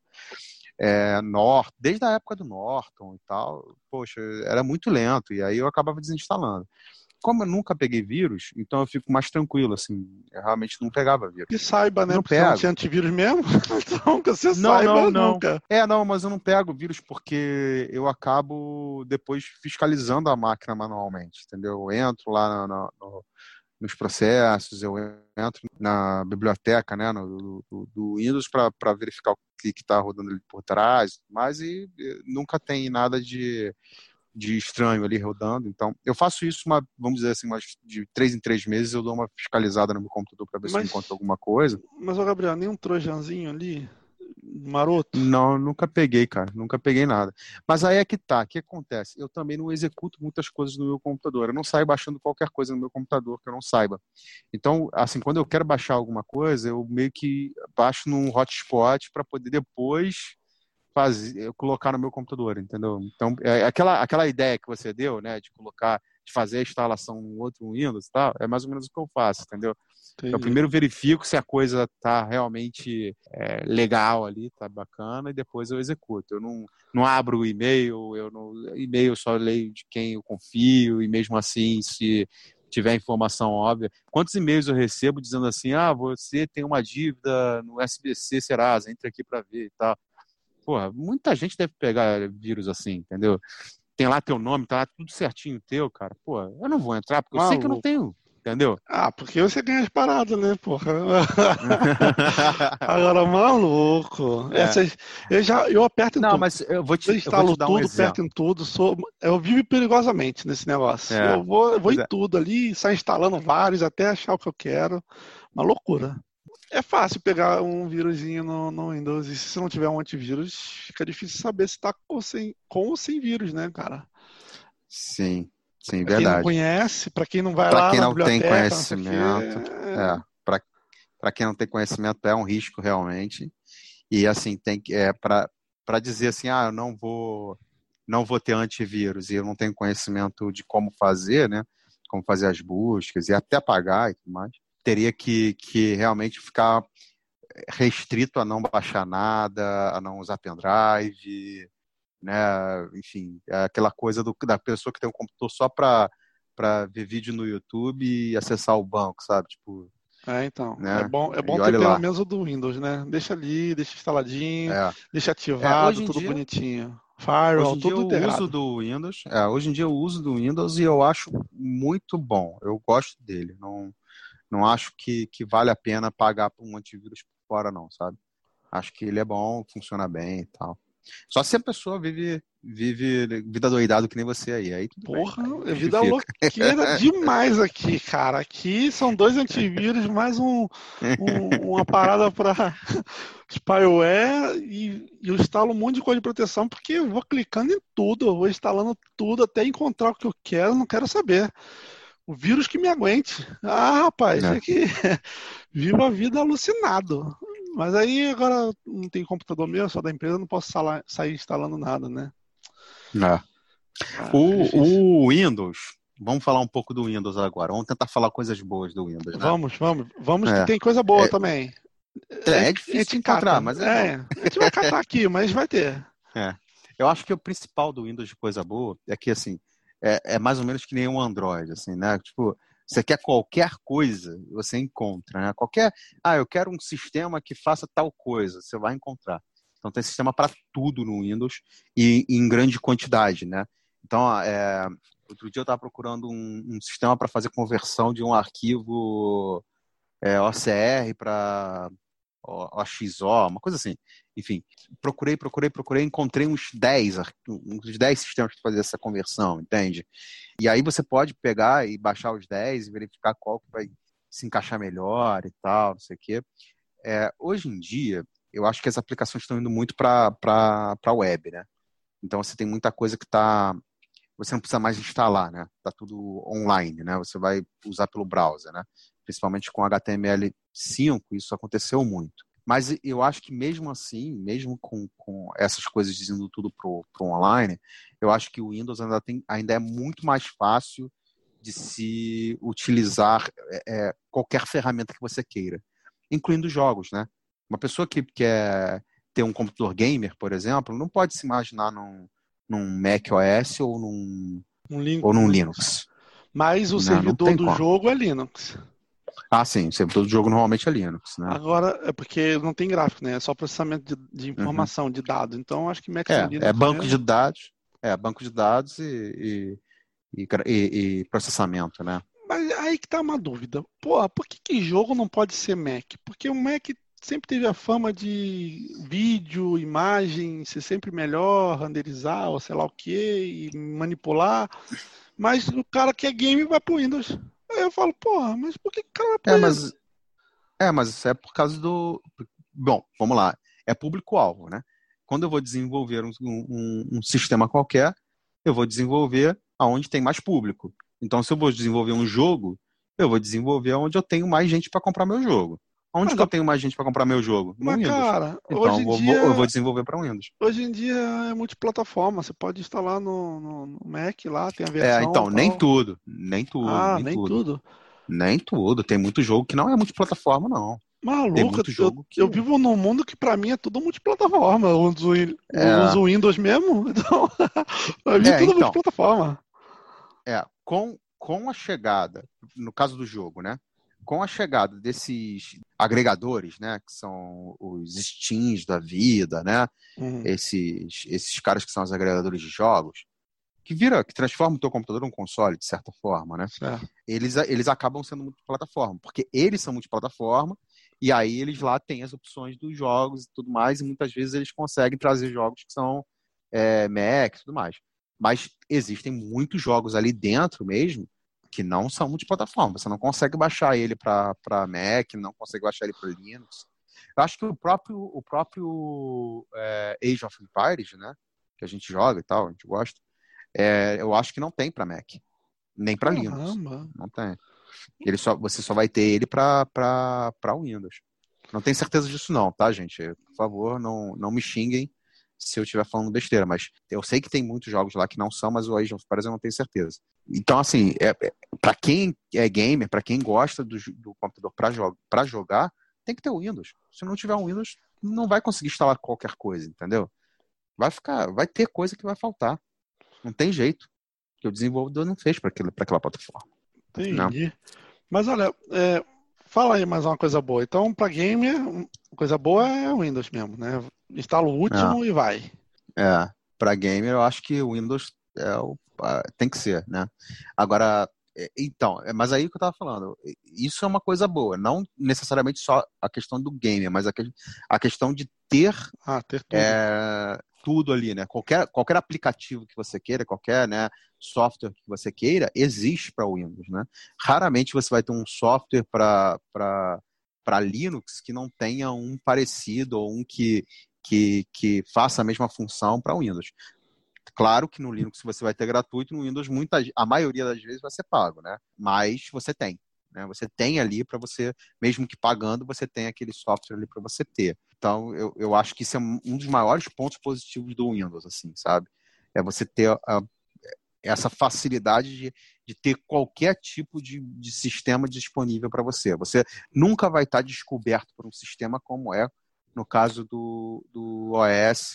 Desde a época do Norton e tal, poxa, era muito lento, e aí eu acabava desinstalando. Como eu nunca peguei vírus, então eu fico mais tranquilo, assim, eu realmente não pegava Que vírus. saiba, E né? não Porque você não pego. tinha antivírus mesmo. Então, que você Não, não, saiba não. nunca. Não, mas eu não pego vírus porque eu acabo depois fiscalizando a máquina manualmente, entendeu? Eu entro lá nos processos, eu entro na biblioteca, né, do Windows para verificar o que está rodando ali por trás, mas nunca tem nada de estranho ali rodando. Então, eu faço isso, vamos dizer assim, de 3 em 3 meses eu dou uma fiscalizada no meu computador para ver se eu encontro Mas, alguma coisa. mas, ô Gabriel, nem um trojanzinho ali, maroto. Não, nunca peguei, cara. Nunca peguei nada. Mas aí é que tá. O que acontece? Eu também não executo muitas coisas no meu computador. Eu não saio baixando qualquer coisa no meu computador que eu não saiba. Então, assim, quando eu quero baixar alguma coisa, eu meio que baixo num hotspot para poder depois colocar no meu computador, entendeu? Então, aquela ideia que você deu, né, de fazer a instalação no outro Windows e tal, é mais ou menos o que eu faço, entendeu? Eu Entendi. primeiro verifico se a coisa tá realmente legal ali, tá bacana, e depois eu executo. Eu não abro o e-mail, e-mail eu só leio de quem eu confio, e mesmo assim, se tiver informação óbvia. Quantos e-mails eu recebo dizendo assim, você tem uma dívida no SBC Serasa, entre aqui para ver e tal. Porra, muita gente deve pegar vírus assim, entendeu? Tem lá teu nome, tá lá tudo certinho teu, cara. Pô, eu não vou entrar porque eu sei que eu não Maluco. tenho. entendeu? Ah, porque você ganha as paradas, né, porra? Agora, maluco. É. Eu aperto em Não, tudo. mas Eu eu vou te instalo dar um tudo, aperto exemplo. em tudo. Eu vivo perigosamente nesse negócio. É, Eu vou pois em é. tudo ali, saio instalando vários até achar o que eu quero. Uma loucura. É fácil pegar um vírusinho no Windows. E se você não tiver um antivírus, fica difícil saber se tá com ou sem vírus, né, cara? Sim, sim, Pra quem não verdade. conhece, pra quem não vai Para lá quem na não tem biblioteca, não sei o quê. conhecimento, para quem não tem conhecimento é um risco realmente. E assim tem que para dizer assim, eu não vou ter antivírus e eu não tenho conhecimento de como fazer, né? Como fazer as buscas e até apagar e tudo mais. Teria que realmente ficar restrito a não baixar nada, a não usar pendrive, né? Enfim, é aquela coisa da pessoa que tem um computador só para ver vídeo no YouTube e acessar o banco, sabe? Tipo, Então, né? é bom E ter olhe pelo lá. menos o do Windows, né? Deixa ali, deixa instaladinho, É, deixa ativado, hoje em tudo dia, bonitinho. Firewall, tudo integrado. hoje em dia eu uso do Windows e eu acho muito bom. Eu gosto dele. Não acho que vale a pena pagar por um antivírus por fora, não, sabe? Acho que ele é bom, funciona bem e tal. Só se a pessoa vive vida doidado que nem você aí tudo bem, Porra, aí é vida justifica. louqueira demais aqui, cara. Aqui são dois antivírus, mais uma parada para spyware e eu instalo um monte de coisa de proteção porque eu vou clicando em tudo, eu vou instalando tudo até encontrar o que eu quero, não quero saber. O vírus que me aguente. Ah, rapaz, É, é que vivo a vida alucinado. Mas aí agora não tem computador meu, só da empresa, não posso sair instalando nada, né? é. Ah, fica difícil. O Windows, vamos falar um pouco do Windows agora. Vamos tentar falar coisas boas do Windows, né? Vamos que É, tem coisa boa é, também. é A difícil gente de encontrar, cata. mas é bom. A gente vai catar aqui, mas vai ter. É. Eu acho que o principal do Windows de coisa boa é que, assim, é mais ou menos que nem um Android, assim, né? Tipo, você quer qualquer coisa, você encontra, né? Eu quero um sistema que faça tal coisa, você vai encontrar. Então tem sistema para tudo no Windows e em grande quantidade, né? Então, outro dia eu estava procurando um sistema para fazer conversão de um arquivo OCR para OXO, uma coisa assim. Enfim, procurei, encontrei uns 10 sistemas para fazer essa conversão, entende? E aí você pode pegar e baixar os 10 e verificar qual que vai se encaixar melhor e tal, não sei o quê. Hoje em dia, eu acho que as aplicações estão indo muito para a web, né? Então você tem muita coisa que você não precisa mais instalar, né? Tá tudo online, né? Você vai usar pelo browser, né? Principalmente com HTML5, isso aconteceu muito. Mas eu acho que mesmo assim, mesmo com essas coisas dizendo tudo pro online, eu acho que o Windows ainda é muito mais fácil de se utilizar qualquer ferramenta que você queira, incluindo jogos, né? Uma pessoa que quer ter um computador gamer, por exemplo, não pode se imaginar num Mac OS ou num Linux. Linux. Mas o Não servidor tem do como. jogo é Linux. Ah, sim, todo jogo normalmente é Linux, né? Agora, é porque não tem gráfico, né? É só processamento de Uhum. informação, de dados. Então, acho que Macs e É Linux banco de mesmo. dados, banco de dados e processamento, né? Mas aí que tá uma dúvida. Pô, por que jogo não pode ser Mac? Porque o Mac sempre teve a fama de vídeo, imagem, ser sempre melhor, renderizar, ou sei lá o que, e manipular. Mas o cara que é game vai pro Windows. Aí eu falo, porra, mas por que o cara vai É, pro Windows? mas, mas isso é por causa do. Bom, vamos lá. É público-alvo, né? Quando eu vou desenvolver um sistema qualquer, eu vou desenvolver aonde tem mais público. Então, se eu vou desenvolver um jogo, eu vou desenvolver onde eu tenho mais gente para comprar meu jogo. Onde Mas, que eu tenho mais gente para comprar meu jogo? No mas, Windows. cara, Então, eu vou desenvolver para Windows. hoje em dia é multiplataforma. Você pode instalar no Mac lá, tem a versão Então, nem tal. tudo, nem tudo, Ah, nem nem tudo. tudo. Nem tudo. Tem muito jogo que não é multiplataforma, não. Tem Maluco, muito jogo eu que vivo num mundo que pra mim é tudo multiplataforma. Eu é, uso o Windows mesmo, então pra mim é tudo então, multiplataforma. com a chegada, no caso do jogo, né? Com a chegada desses agregadores, né, que são os Steams da vida, né? Uhum. Esses caras que são os agregadores de jogos, que transforma o teu computador num console, de certa forma, né? Certo. Eles acabam sendo multiplataforma, porque eles são multiplataforma, e aí eles lá têm as opções dos jogos e tudo mais, e muitas vezes eles conseguem trazer jogos que são Mac e tudo mais. Mas existem muitos jogos ali dentro mesmo que não são multiplataforma. Você não consegue baixar ele para Mac, não consegue baixar ele para Linux. Eu acho que o próprio Age of Empires, né, que a gente joga e tal, a gente gosta, eu acho que não tem para Mac, nem para Linux. Caramba. Não tem. Você só vai ter ele para Windows. Não tenho certeza disso não, tá, gente? Por favor, não me xinguem se eu estiver falando besteira, mas eu sei que tem muitos jogos lá que não são, mas o Age of Empires eu não tenho certeza. Então, assim, para quem é gamer, para quem gosta do computador para jogar, tem que ter o Windows. Se não tiver um Windows, não vai conseguir instalar qualquer coisa, entendeu? Vai ter coisa que vai faltar. Não tem jeito. Que o desenvolvedor não fez para aquela plataforma. Não. Entendi. Mas olha, fala aí mais uma coisa boa. Então, para gamer, coisa boa é o Windows mesmo, né? Instala o último e vai. Para gamer, eu acho que o Windows tem que ser, né? Agora, então, mas aí que eu tava falando, isso é uma coisa boa, não necessariamente só a questão do gamer, mas a questão de ter ter tudo. tudo ali, né? Qualquer aplicativo que você queira, qualquer, né, software que você queira, existe para o Windows, né? Raramente você vai ter um software para Linux que não tenha um parecido ou um que faça a mesma função para o Windows. Claro que no Linux você vai ter gratuito, no Windows a maioria das vezes vai ser pago, né? Mas você tem, né? Você tem ali para você, mesmo que pagando, você tem aquele software ali para você ter. Então, eu acho que isso é um dos maiores pontos positivos do Windows, assim, sabe? É você ter essa facilidade de ter qualquer tipo de sistema disponível para você. Você nunca vai estar descoberto por um sistema como é no caso do OS,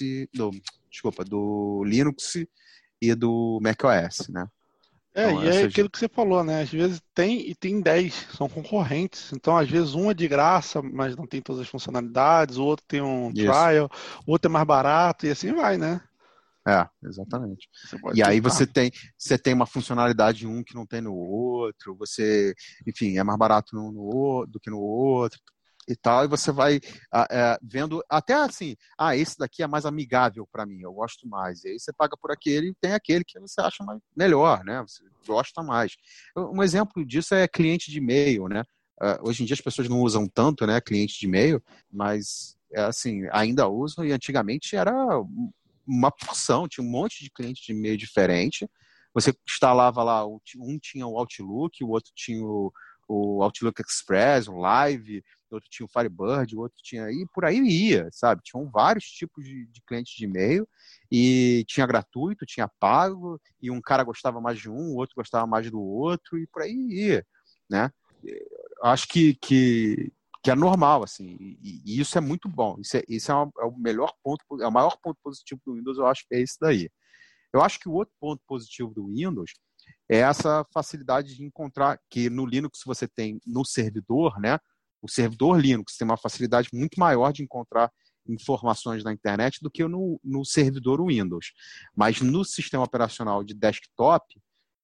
do Linux e do macOS, né? Então, E é aquilo que você falou, né? Às vezes tem 10, são concorrentes. Então, às vezes, um é de graça, mas não tem todas as funcionalidades, o outro tem um isso. trial, o outro é mais barato, e assim vai, né? Exatamente. Você pode E aí testar. você tem uma funcionalidade em um que não tem no outro, enfim, é mais barato do que no outro e tal, e você vai vendo, até assim, esse daqui é mais amigável para mim, eu gosto mais. E aí você paga por aquele e tem aquele que você acha melhor, né? Você gosta mais. Um exemplo disso é cliente de e-mail, né? Hoje em dia as pessoas não usam tanto, né, cliente de e-mail, mas assim, ainda usam, e antigamente era uma porção, tinha um monte de cliente de e-mail diferente. Você instalava lá, um tinha o Outlook, o outro tinha o Outlook Express, o Live, o outro tinha o Firebird, o outro tinha, e por aí ia, sabe? Tinham vários tipos de clientes de e-mail, e tinha gratuito, tinha pago, e um cara gostava mais de um, o outro gostava mais do outro, e por aí ia, né? Acho que é normal, assim, e isso é muito bom. Isso é o melhor ponto, é o maior ponto positivo do Windows, eu acho que é esse daí. Eu acho que o outro ponto positivo do Windows é essa facilidade de encontrar, que no Linux você tem no servidor, né? O servidor Linux tem uma facilidade muito maior de encontrar informações na internet do que no servidor Windows. Mas no sistema operacional de desktop,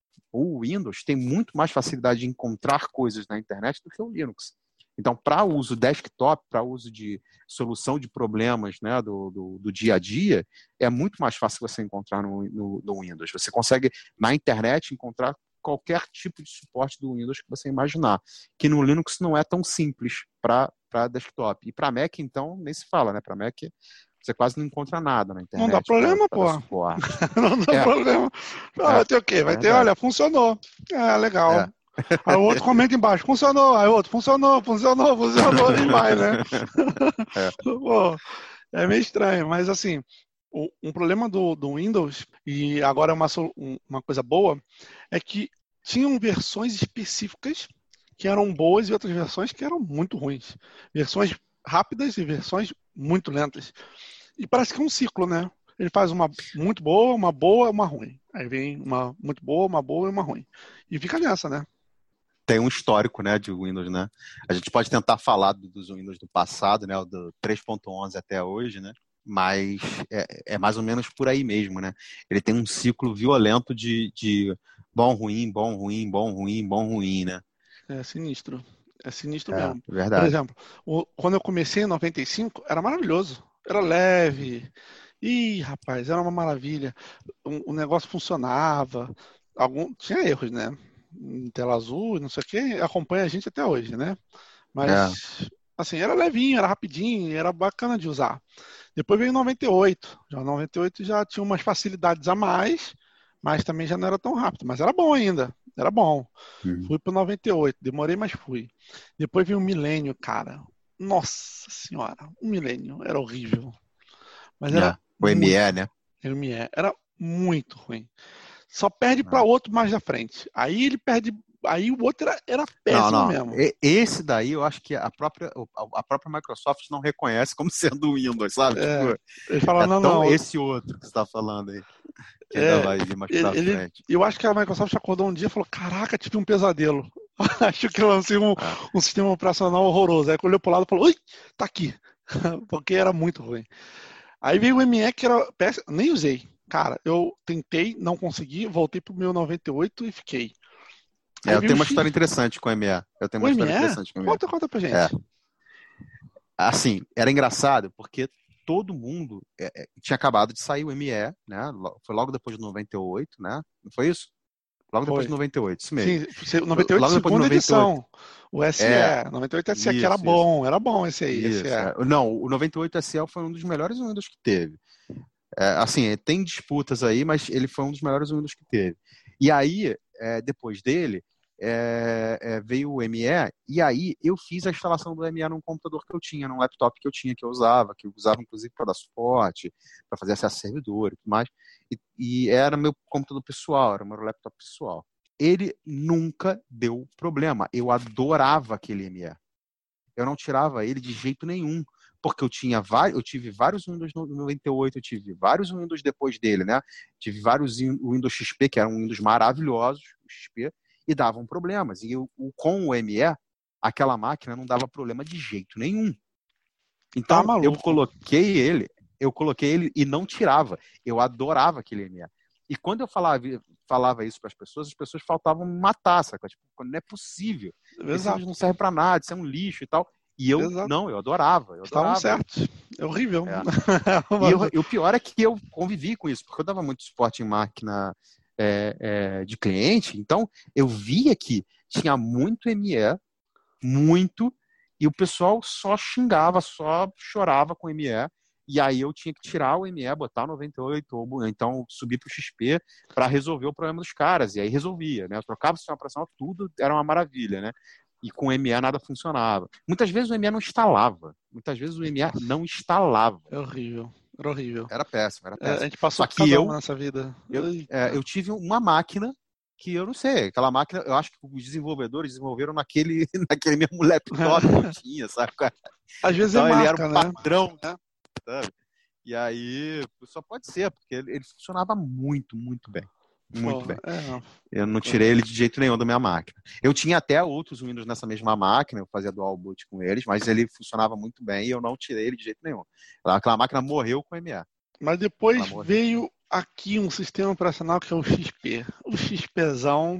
o Windows tem muito mais facilidade de encontrar coisas na internet do que o Linux. Então, para uso desktop, para uso de solução de problemas, né, do dia a dia, é muito mais fácil você encontrar no Windows. Você consegue, na internet, encontrar qualquer tipo de suporte do Windows que você imaginar, que no Linux não é tão simples para desktop. E para Mac, então, nem se fala, né? Para Mac, você quase não encontra nada na Não dá internet problema, para dar pô. suporte. Não dá problema. Vai ter o quê? Vai ter, verdade. olha, funcionou. Legal. Aí o outro comenta embaixo, funcionou. Aí o outro, funcionou, e vai, né? Pô, é meio estranho, mas assim, um problema do Windows, e agora é uma coisa boa, é que tinham versões específicas que eram boas e outras versões que eram muito ruins. Versões rápidas e versões muito lentas. E parece que é um ciclo, né? Ele faz uma muito boa, uma ruim. Aí vem uma muito boa e uma ruim. E fica nessa, né? Tem um histórico, né, de Windows, né? A gente pode tentar falar dos Windows do passado, né, do 3.11 até hoje, né? mas é mais ou menos por aí mesmo, né? Ele tem um ciclo violento de bom, ruim, bom, ruim, bom, ruim, bom, ruim, né? É sinistro. É sinistro É, mesmo. Por verdade. exemplo, quando eu comecei em 95, era maravilhoso. Era leve. Ih, rapaz, era uma maravilha. O negócio funcionava. Tinha erros, né? Em tela azul, não sei o quê, acompanha a gente até hoje, né? É. Mas, assim, era levinho, era rapidinho, era bacana de usar. Depois veio o 98. Já o 98 já tinha umas facilidades a mais, mas também já não era tão rápido. Mas era bom ainda. Era bom. Uhum. Fui pro 98, demorei, mas fui. Depois veio o Milênio, cara. Nossa senhora, o Milênio era horrível. Mas era O ME, muito. né? Era muito ruim. Só perde para É. outro mais na frente. Aí ele perde. Aí o outro era Não, péssimo não. mesmo. Esse daí eu acho que a própria Microsoft não reconhece como sendo o Windows, sabe? É, Tipo, ele fala, é não, tão não. esse outro que você está falando aí, que ainda É, vai vir mais pra frente. eu acho que a Microsoft acordou um dia e falou: Caraca, tive um pesadelo. Acho que eu lancei É. um sistema operacional horroroso. Aí olhou pro lado e falou: Ui, tá aqui. Porque era muito ruim. Aí veio o ME que era péssimo, nem usei. Cara, eu tentei, não consegui, voltei pro meu 98 e fiquei. Aí Eu veio tenho o uma X. história interessante com o ME. Eu tenho O uma história ME? interessante com o ME. Conta pra É. gente. Assim, era engraçado porque todo mundo tinha acabado de sair o ME, né? Foi logo depois de 98, né? Não foi isso? Logo depois de Foi. 98, isso mesmo. Sim, 98, Logo depois de segunda 98. edição. O SE. É, 98 SE, que isso, isso. era bom esse aí, SE. Isso. Não, o 98 SL foi um dos melhores Windows que teve. Assim, tem disputas aí, mas ele foi um dos melhores Windows que teve. E aí, depois dele, veio o ME, e aí eu fiz a instalação do ME num computador que eu tinha, num laptop que eu tinha, que eu usava inclusive para dar suporte, para fazer acesso a servidor e tudo mais. E era meu computador pessoal, era meu laptop pessoal. Ele nunca deu problema. Eu adorava aquele ME. Eu não tirava ele de jeito nenhum, porque eu tive vários Windows no 98, eu tive vários Windows depois dele, né? Tive vários Windows XP, que eram Windows maravilhosos, o XP, e davam problemas. E com o ME, aquela máquina não dava problema de jeito nenhum. Tá Então, maluco. eu coloquei ele e não tirava. Eu adorava aquele ME. E quando eu falava isso para as pessoas faltavam me matar, saca? Tipo, não é possível. Esse Windows Exato. não serve para nada, isso é um lixo e tal. E Exato. não, eu adorava Estavam ele. certos. É horrível. É. E o pior é que eu convivi com isso, porque eu dava muito suporte em máquina de cliente, então eu via que tinha muito ME, muito, e o pessoal só xingava, só chorava com o ME, e aí eu tinha que tirar o ME, botar o 98, ou então subir para o XP para resolver o problema dos caras, e aí resolvia, né? Eu trocava o sistema operacional, tudo era uma maravilha, né? E com o ME nada funcionava. Muitas vezes o ME não instalava. Muitas vezes o ME não instalava. É horrível. Era horrível. Era péssimo, era A péssimo. gente passou Só por que cada uma nessa vida. eu Eita. tive uma máquina que eu não sei, aquela máquina, eu acho que os desenvolvedores desenvolveram naquele mesmo laptop que eu tinha, sabe? Às vezes é Então ele era um marca, né? padrão, né? Sabe? E aí só pode ser, porque ele funcionava muito, muito bem. Pô, Muito bem. não. Eu não tirei ele de jeito nenhum da minha máquina. Eu tinha até outros Windows nessa mesma máquina, eu fazia dual boot com eles, mas ele funcionava muito bem e eu não tirei ele de jeito nenhum. Aquela máquina morreu com o ME. Mas Ela depois morreu. veio aqui um sistema operacional que é o XP. O XPzão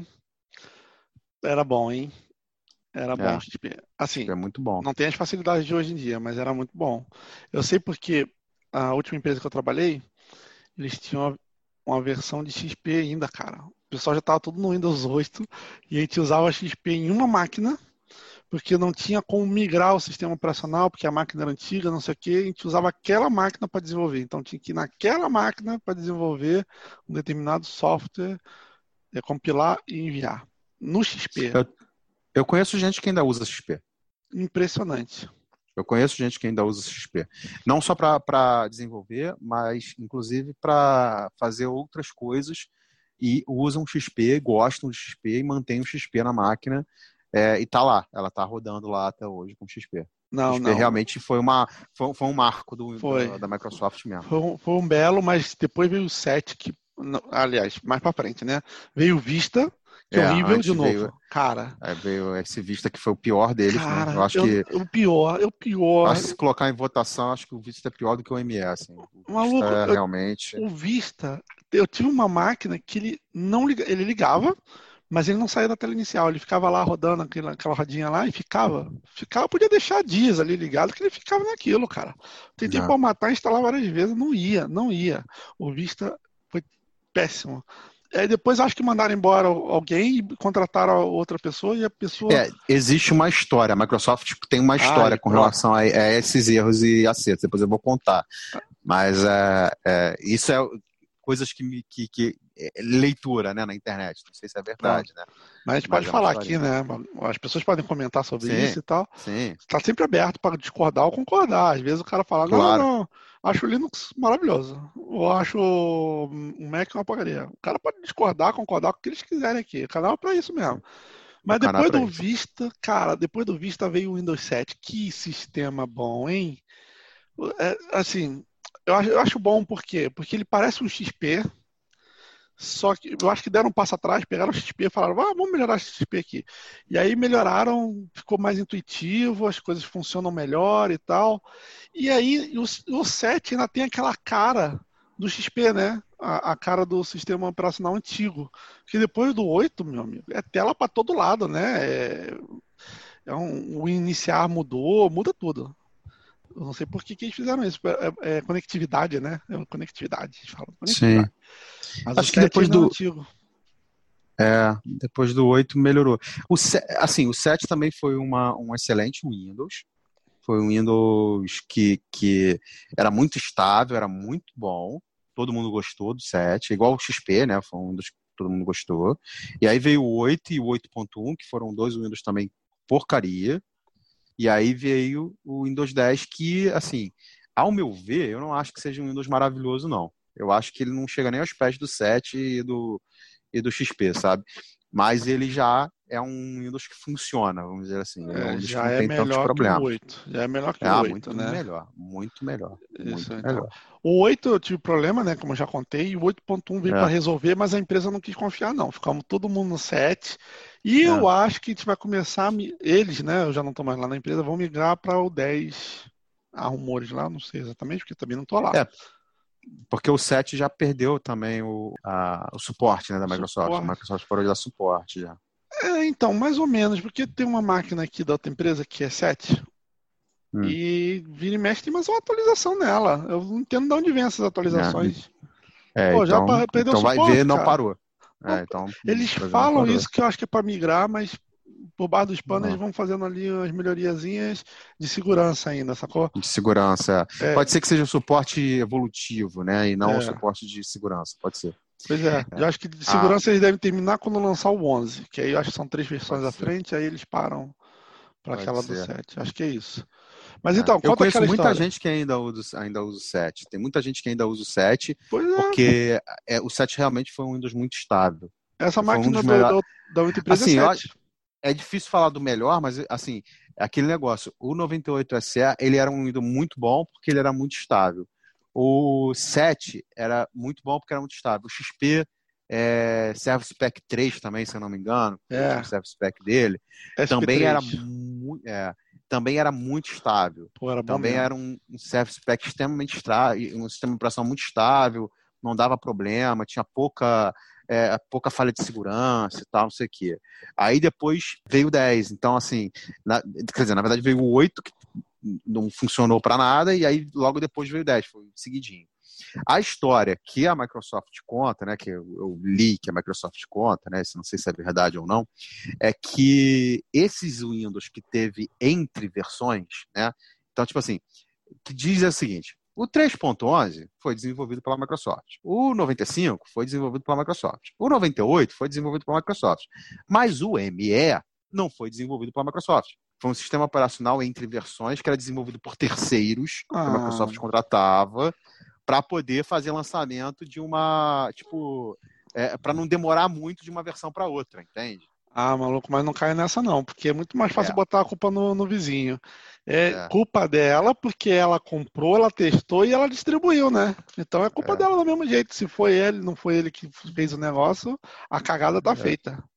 era bom, hein? Era bom o XP. Assim, É muito bom. não tem as facilidades de hoje em dia, mas era muito bom. Eu sei porque a última empresa que eu trabalhei, eles tinham uma versão de XP ainda, cara. O pessoal já estava tudo no Windows 8 e a gente usava XP em uma máquina, porque não tinha como migrar o sistema operacional, porque a máquina era antiga, não sei o que, a gente usava aquela máquina para desenvolver. Então tinha que ir naquela máquina para desenvolver um determinado software, compilar e enviar. No XP, Eu conheço gente que ainda usa XP. impressionante. Eu conheço gente que ainda usa XP. Não só para desenvolver, mas inclusive para fazer outras coisas e usam XP, gostam de XP e mantêm o XP na máquina e tá lá. Ela tá rodando lá até hoje com XP. Não, XP não. realmente foi um marco Foi. da Microsoft mesmo. Foi um belo, mas depois veio o 7, aliás, mais para frente, né? Veio o Vista, Que horrível de Antes veio, novo. Cara, aí veio esse Vista que foi o pior deles, né? cara, o Eu pior. acho que se colocar em votação, acho que o Vista é pior do que o ME, assim. O Vista Maluco, é realmente. o Vista, eu tive uma máquina que ele não liga, ele ligava, mas ele não saía da tela inicial, ele ficava lá rodando aquela rodinha lá e ficava, podia deixar dias ali ligado que ele ficava naquilo, cara. Tentei Né? formatar, instalar várias vezes, não ia. O Vista foi péssimo. Aí depois acho que mandaram embora alguém e contrataram outra pessoa e a pessoa. Existe uma história. A Microsoft tipo, tem uma história Ai, com ó, relação a esses erros e acertos. Depois eu vou contar. Mas isso é coisas leitura, né, na internet. Não sei se é pronto. verdade, né? Mas a gente Mas pode é uma falar aqui, historinha. né? As pessoas podem comentar sobre Sim, isso e tal. sim, Está sempre aberto para discordar ou concordar. Às vezes o cara fala, não, claro. não, acho o Linux maravilhoso. Ou acho o Mac uma porcaria. O cara pode discordar, concordar com o que eles quiserem aqui. O canal é para isso mesmo. O Mas canal é depois pra do isso. Vista, cara, depois do Vista veio o Windows 7. Que sistema bom, hein? Assim, eu acho bom por quê? Porque ele parece um XP, só que eu acho que deram um passo atrás, pegaram o XP e falaram, vamos melhorar esse XP aqui. E aí melhoraram, ficou mais intuitivo, as coisas funcionam melhor e tal. E aí o 7 ainda tem aquela cara do XP, né? A cara do sistema operacional antigo. Que depois do 8, meu amigo, é tela para todo lado, né? O iniciar mudou, muda tudo. Eu não sei por que eles fizeram isso. É conectividade, né? É conectividade, eles falam Sim. conectividade. Mas o Acho que 7 ainda é antigo. depois do 8 melhorou. Assim, o 7 também foi um excelente Windows. Foi um Windows que era muito estável, era muito bom. Todo mundo gostou do 7, igual o XP, né? Foi um Windows que todo mundo gostou. E aí veio o 8 e o 8.1, que foram dois Windows também porcaria. E aí veio o Windows 10, que, assim, ao meu ver, eu não acho que seja um Windows maravilhoso, não. Eu acho que ele não chega nem aos pés do 7 e do XP, sabe? Mas ele já é um Windows que funciona, vamos dizer assim. Ele é um Windows que Já não é tem tantos melhor que o problemas. 8. Já é melhor que o 8, Muito né? melhor, muito melhor, Isso, muito então. melhor. O 8 eu tive problema, né? Como eu já contei, e o 8.1 veio para É, resolver, mas a empresa não quis confiar, não. Ficamos todo mundo no 7. E é. eu acho que a gente vai começar, eles, né? Eu já não estou mais lá na empresa, vão migrar para o 10. Há rumores lá, não sei exatamente, porque também não estou lá. É, porque o 7 já perdeu também o suporte, né, da Microsoft. A Suporte. Microsoft parou de dar suporte já. Então, mais ou menos, porque tem uma máquina aqui da outra empresa que é 7. Hum, E vira e mexe tem mais uma atualização nela. Eu não entendo de onde vem essas né? atualizações. Pô, já Então, perdeu o vai ver, suporte, não cara. parou. Não, Então, eles vai ver, não falam parou. isso que eu acho que é para migrar, mas por baixo dos panos eles Não. vão fazendo ali umas melhoriazinhas de segurança ainda, sacou? De segurança. É, Pode ser que seja o suporte evolutivo, né? E não o é, suporte de segurança. Pode ser. pois é. É. Eu acho que de Ah, segurança eles devem terminar quando lançar o 11, que aí eu acho que são 3 versões pode à ser. frente, aí eles param para Pode aquela do ser. 7. Acho que é isso. Mas É. então, Eu conta conheço aquela muita história. gente que ainda usa o 7. Tem muita gente que ainda usa o 7, Pois é, porque o 7 realmente foi um Windows muito estável. essa Foi um máquina dos melhores. da outra empresa é Assim, 7. é difícil falar do melhor, mas assim, é aquele negócio. O 98 SE, ele era um Windows muito bom porque ele era muito estável. O 7 era muito bom porque era muito estável. O XP Service Pack 3 também, se eu não me engano, o último É, Service Pack dele, também era, SP3. também era muito estável. Pô, era bom Também mesmo. era um Service Pack extremamente estável, um sistema de operação muito estável, não dava problema, tinha pouca falha de segurança e tal, não sei o quê. Aí depois veio o 10, então assim, quer dizer, na verdade veio o 8, que não funcionou para nada, e aí logo depois veio o 10, foi seguidinho. A história que a Microsoft conta, né, que eu li que a Microsoft conta, né, não sei se é verdade ou não, é que esses Windows que teve entre versões, né, então tipo assim, que diz o seguinte: o 3.11 foi desenvolvido pela Microsoft. O 95 foi desenvolvido pela Microsoft. O 98 foi desenvolvido pela Microsoft. Mas o ME não foi desenvolvido pela Microsoft. Foi um sistema operacional entre versões que era desenvolvido por terceiros que a Ah, Microsoft contratava para poder fazer lançamento de uma, tipo, para não demorar muito de uma versão para outra, entende? maluco, mas não cai nessa não, porque é muito mais fácil É, botar a culpa no vizinho. É é, culpa dela porque ela comprou, ela testou e ela distribuiu, né? Então é culpa é, dela do mesmo jeito. Se foi ele, não foi ele que fez o negócio, a cagada tá é. feita.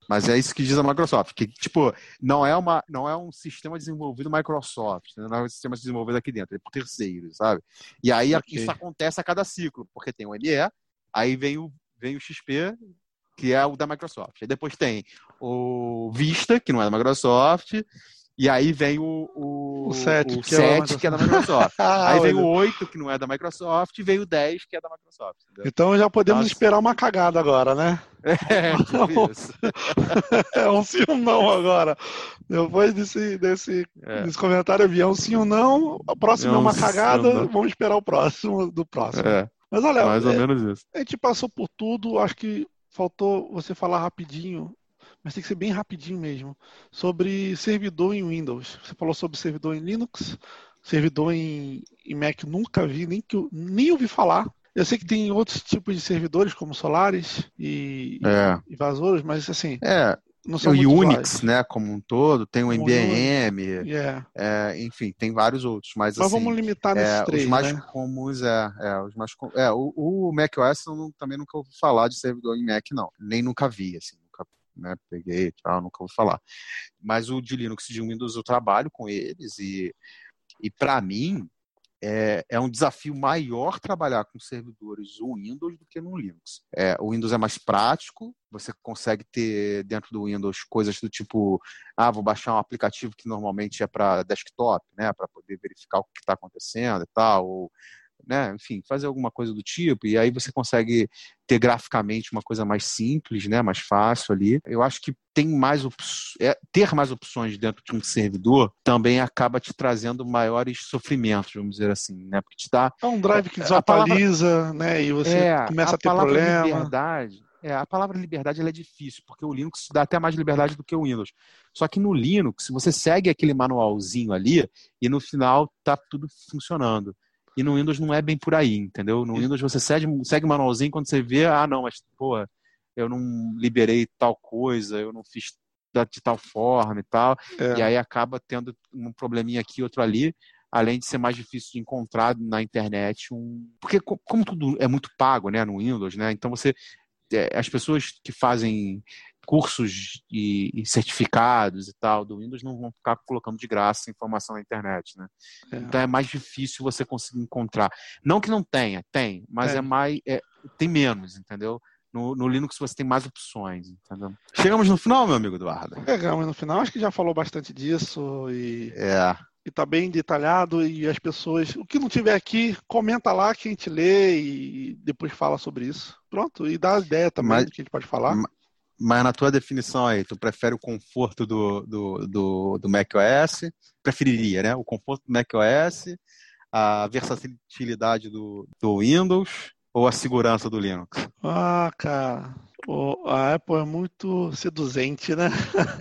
Mas é isso que diz a Microsoft, que, tipo, não é um sistema desenvolvido Microsoft, né? Não é um sistema desenvolvido aqui dentro, é por terceiros, sabe? E aí isso Ok. acontece a cada ciclo, porque tem o ME, aí vem o XP, que é o da Microsoft. Aí depois tem o Vista, que não é da Microsoft, e aí vem O 7, o que é o 7, que é da Microsoft. Aí vem o Olha. 8, que não é da Microsoft, e vem o 10, que é da Microsoft, entendeu? Então já Então, podemos assim, esperar uma cagada agora, né? tipo isso. É um sim ou não agora. Depois É, desse comentário, é um sim ou não. A próxima é uma eu cagada. não. Vamos esperar o próximo do próximo. É, Mas olha, mais ou menos isso. a gente passou por tudo. Acho que faltou você falar rapidinho, mas tem que ser bem rapidinho mesmo, sobre servidor em Windows. Você falou sobre servidor em Linux, servidor em Mac, nunca vi, nem ouvi falar. Eu sei que tem outros tipos de servidores, como Solaris É, e Vasouros, mas assim, é, não o são muito Unix, usuais. né, como um todo, tem o O Unix, MBM, yeah. enfim, tem vários outros, mas Mas vamos assim, limitar nesses os três, mais né? comuns os mais o macOS eu também nunca ouvi falar de servidor em Mac, não, nem nunca vi, assim, nunca, né, peguei e tal, nunca ouvi falar. Mas o de Linux e de Windows eu trabalho com eles e para mim é um desafio maior trabalhar com servidores Windows do que no Linux. O Windows é mais prático, você consegue ter dentro do Windows coisas do tipo, vou baixar um aplicativo que normalmente é para desktop, né, para poder verificar o que está acontecendo e tal, ou, né, enfim, fazer alguma coisa do tipo, e aí você consegue ter graficamente uma coisa mais simples, né, mais fácil ali. Eu acho que ter mais opções dentro de um servidor também acaba te trazendo maiores sofrimentos, vamos dizer assim, né, porque te dá É um drive que a palavra desatualiza, né? E você a começa a ter palavra problema. liberdade. A palavra liberdade ela é difícil, porque o Linux dá até mais liberdade do que o Windows. Só que no Linux, você segue aquele manualzinho ali e no final tá tudo funcionando. E no Windows não é bem por aí, entendeu? No E- Windows você segue o manualzinho quando você vê, não, mas, pô, eu não liberei tal coisa, eu não fiz de tal forma e tal. E É, aí acaba tendo um probleminha aqui, outro ali, além de ser mais difícil de encontrar na internet porque como tudo é muito pago, né, no Windows, né, então as pessoas que fazem cursos e certificados e tal do Windows não vão ficar colocando de graça informação na internet, né, é, então é mais difícil você conseguir encontrar, não que não tenha, tem, mas tem. tem menos, entendeu? No Linux você tem mais opções, entendeu? Chegamos no final, meu amigo Eduardo. Pegamos no final, acho que já falou bastante disso É, e tá bem detalhado e as pessoas, o que não tiver aqui, comenta lá que a gente lê e depois fala sobre isso. Pronto, e dá ideia também mas, do que a gente pode falar. Mas na tua definição aí, tu prefere o conforto do macOS? Preferiria, né? O conforto do macOS, a versatilidade do Windows ou a segurança do Linux? Ah, cara, a Apple é muito seduzente, né?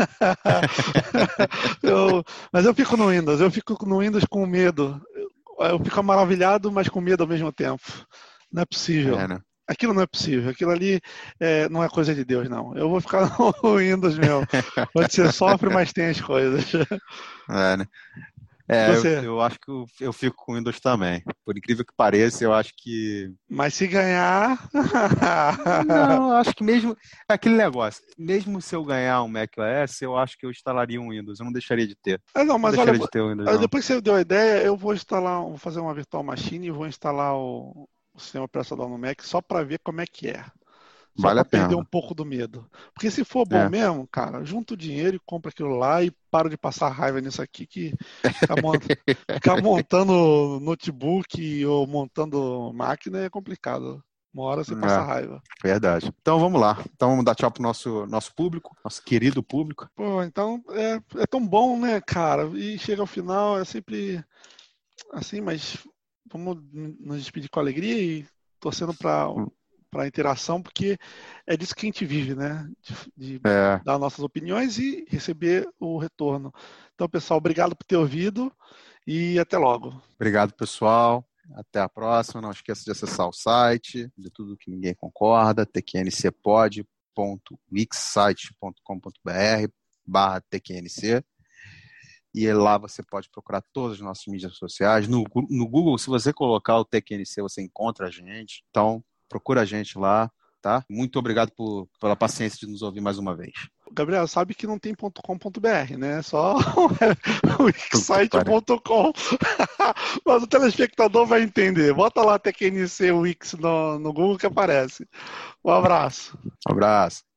Mas eu fico no Windows, eu fico no Windows com medo. Eu fico maravilhado, mas com medo ao mesmo tempo. Não é possível. Né? Aquilo não é possível. Aquilo ali não é coisa de Deus, não. Eu vou ficar no Windows mesmo. Onde você sofre, mas tem as coisas. Né? E você? Eu acho que eu fico com o Windows também. Por incrível que pareça, eu acho que. Mas se ganhar. Não, eu acho que mesmo. É aquele negócio. Mesmo se eu ganhar um macOS, eu acho que eu instalaria um Windows. Eu não deixaria de ter. Não, Não mas olha, deixaria de ter o Windows, não. depois que você deu a ideia, eu vou instalar, vou fazer uma virtual machine e vou instalar o sistema operacional no Mac só para ver como é que é. Só Vale para a perder um pena. pouco do medo. Porque se for bom É. mesmo, cara, junta o dinheiro e compra aquilo lá e para de passar raiva nisso aqui que ficar, ficar montando notebook ou montando máquina é complicado. Uma hora você passa É. raiva. Verdade. Então vamos lá. Então vamos dar tchau pro nosso público, nosso querido público. Pô, então é tão bom, né, cara? E chega ao final, é sempre assim, mas vamos nos despedir com alegria e torcendo para a interação, porque é disso que a gente vive, né? De É, dar nossas opiniões e receber o retorno. Então, pessoal, obrigado por ter ouvido e até logo. obrigado, pessoal. Até a próxima. Não esqueça de acessar o site, de tudo que ninguém concorda, tqncpod.wixsite.com.br/tqnc. E lá você pode procurar todas as nossas mídias sociais. No Google, se você colocar o TQNC, você encontra a gente. Então, procura a gente lá. tá? Muito obrigado pela paciência de nos ouvir mais uma vez. Gabriel, sabe que não tem .com.br, né? Só o wixsite.com. Mas o telespectador vai entender. Bota lá TQNC Wix no Google que aparece. Um abraço. Um abraço.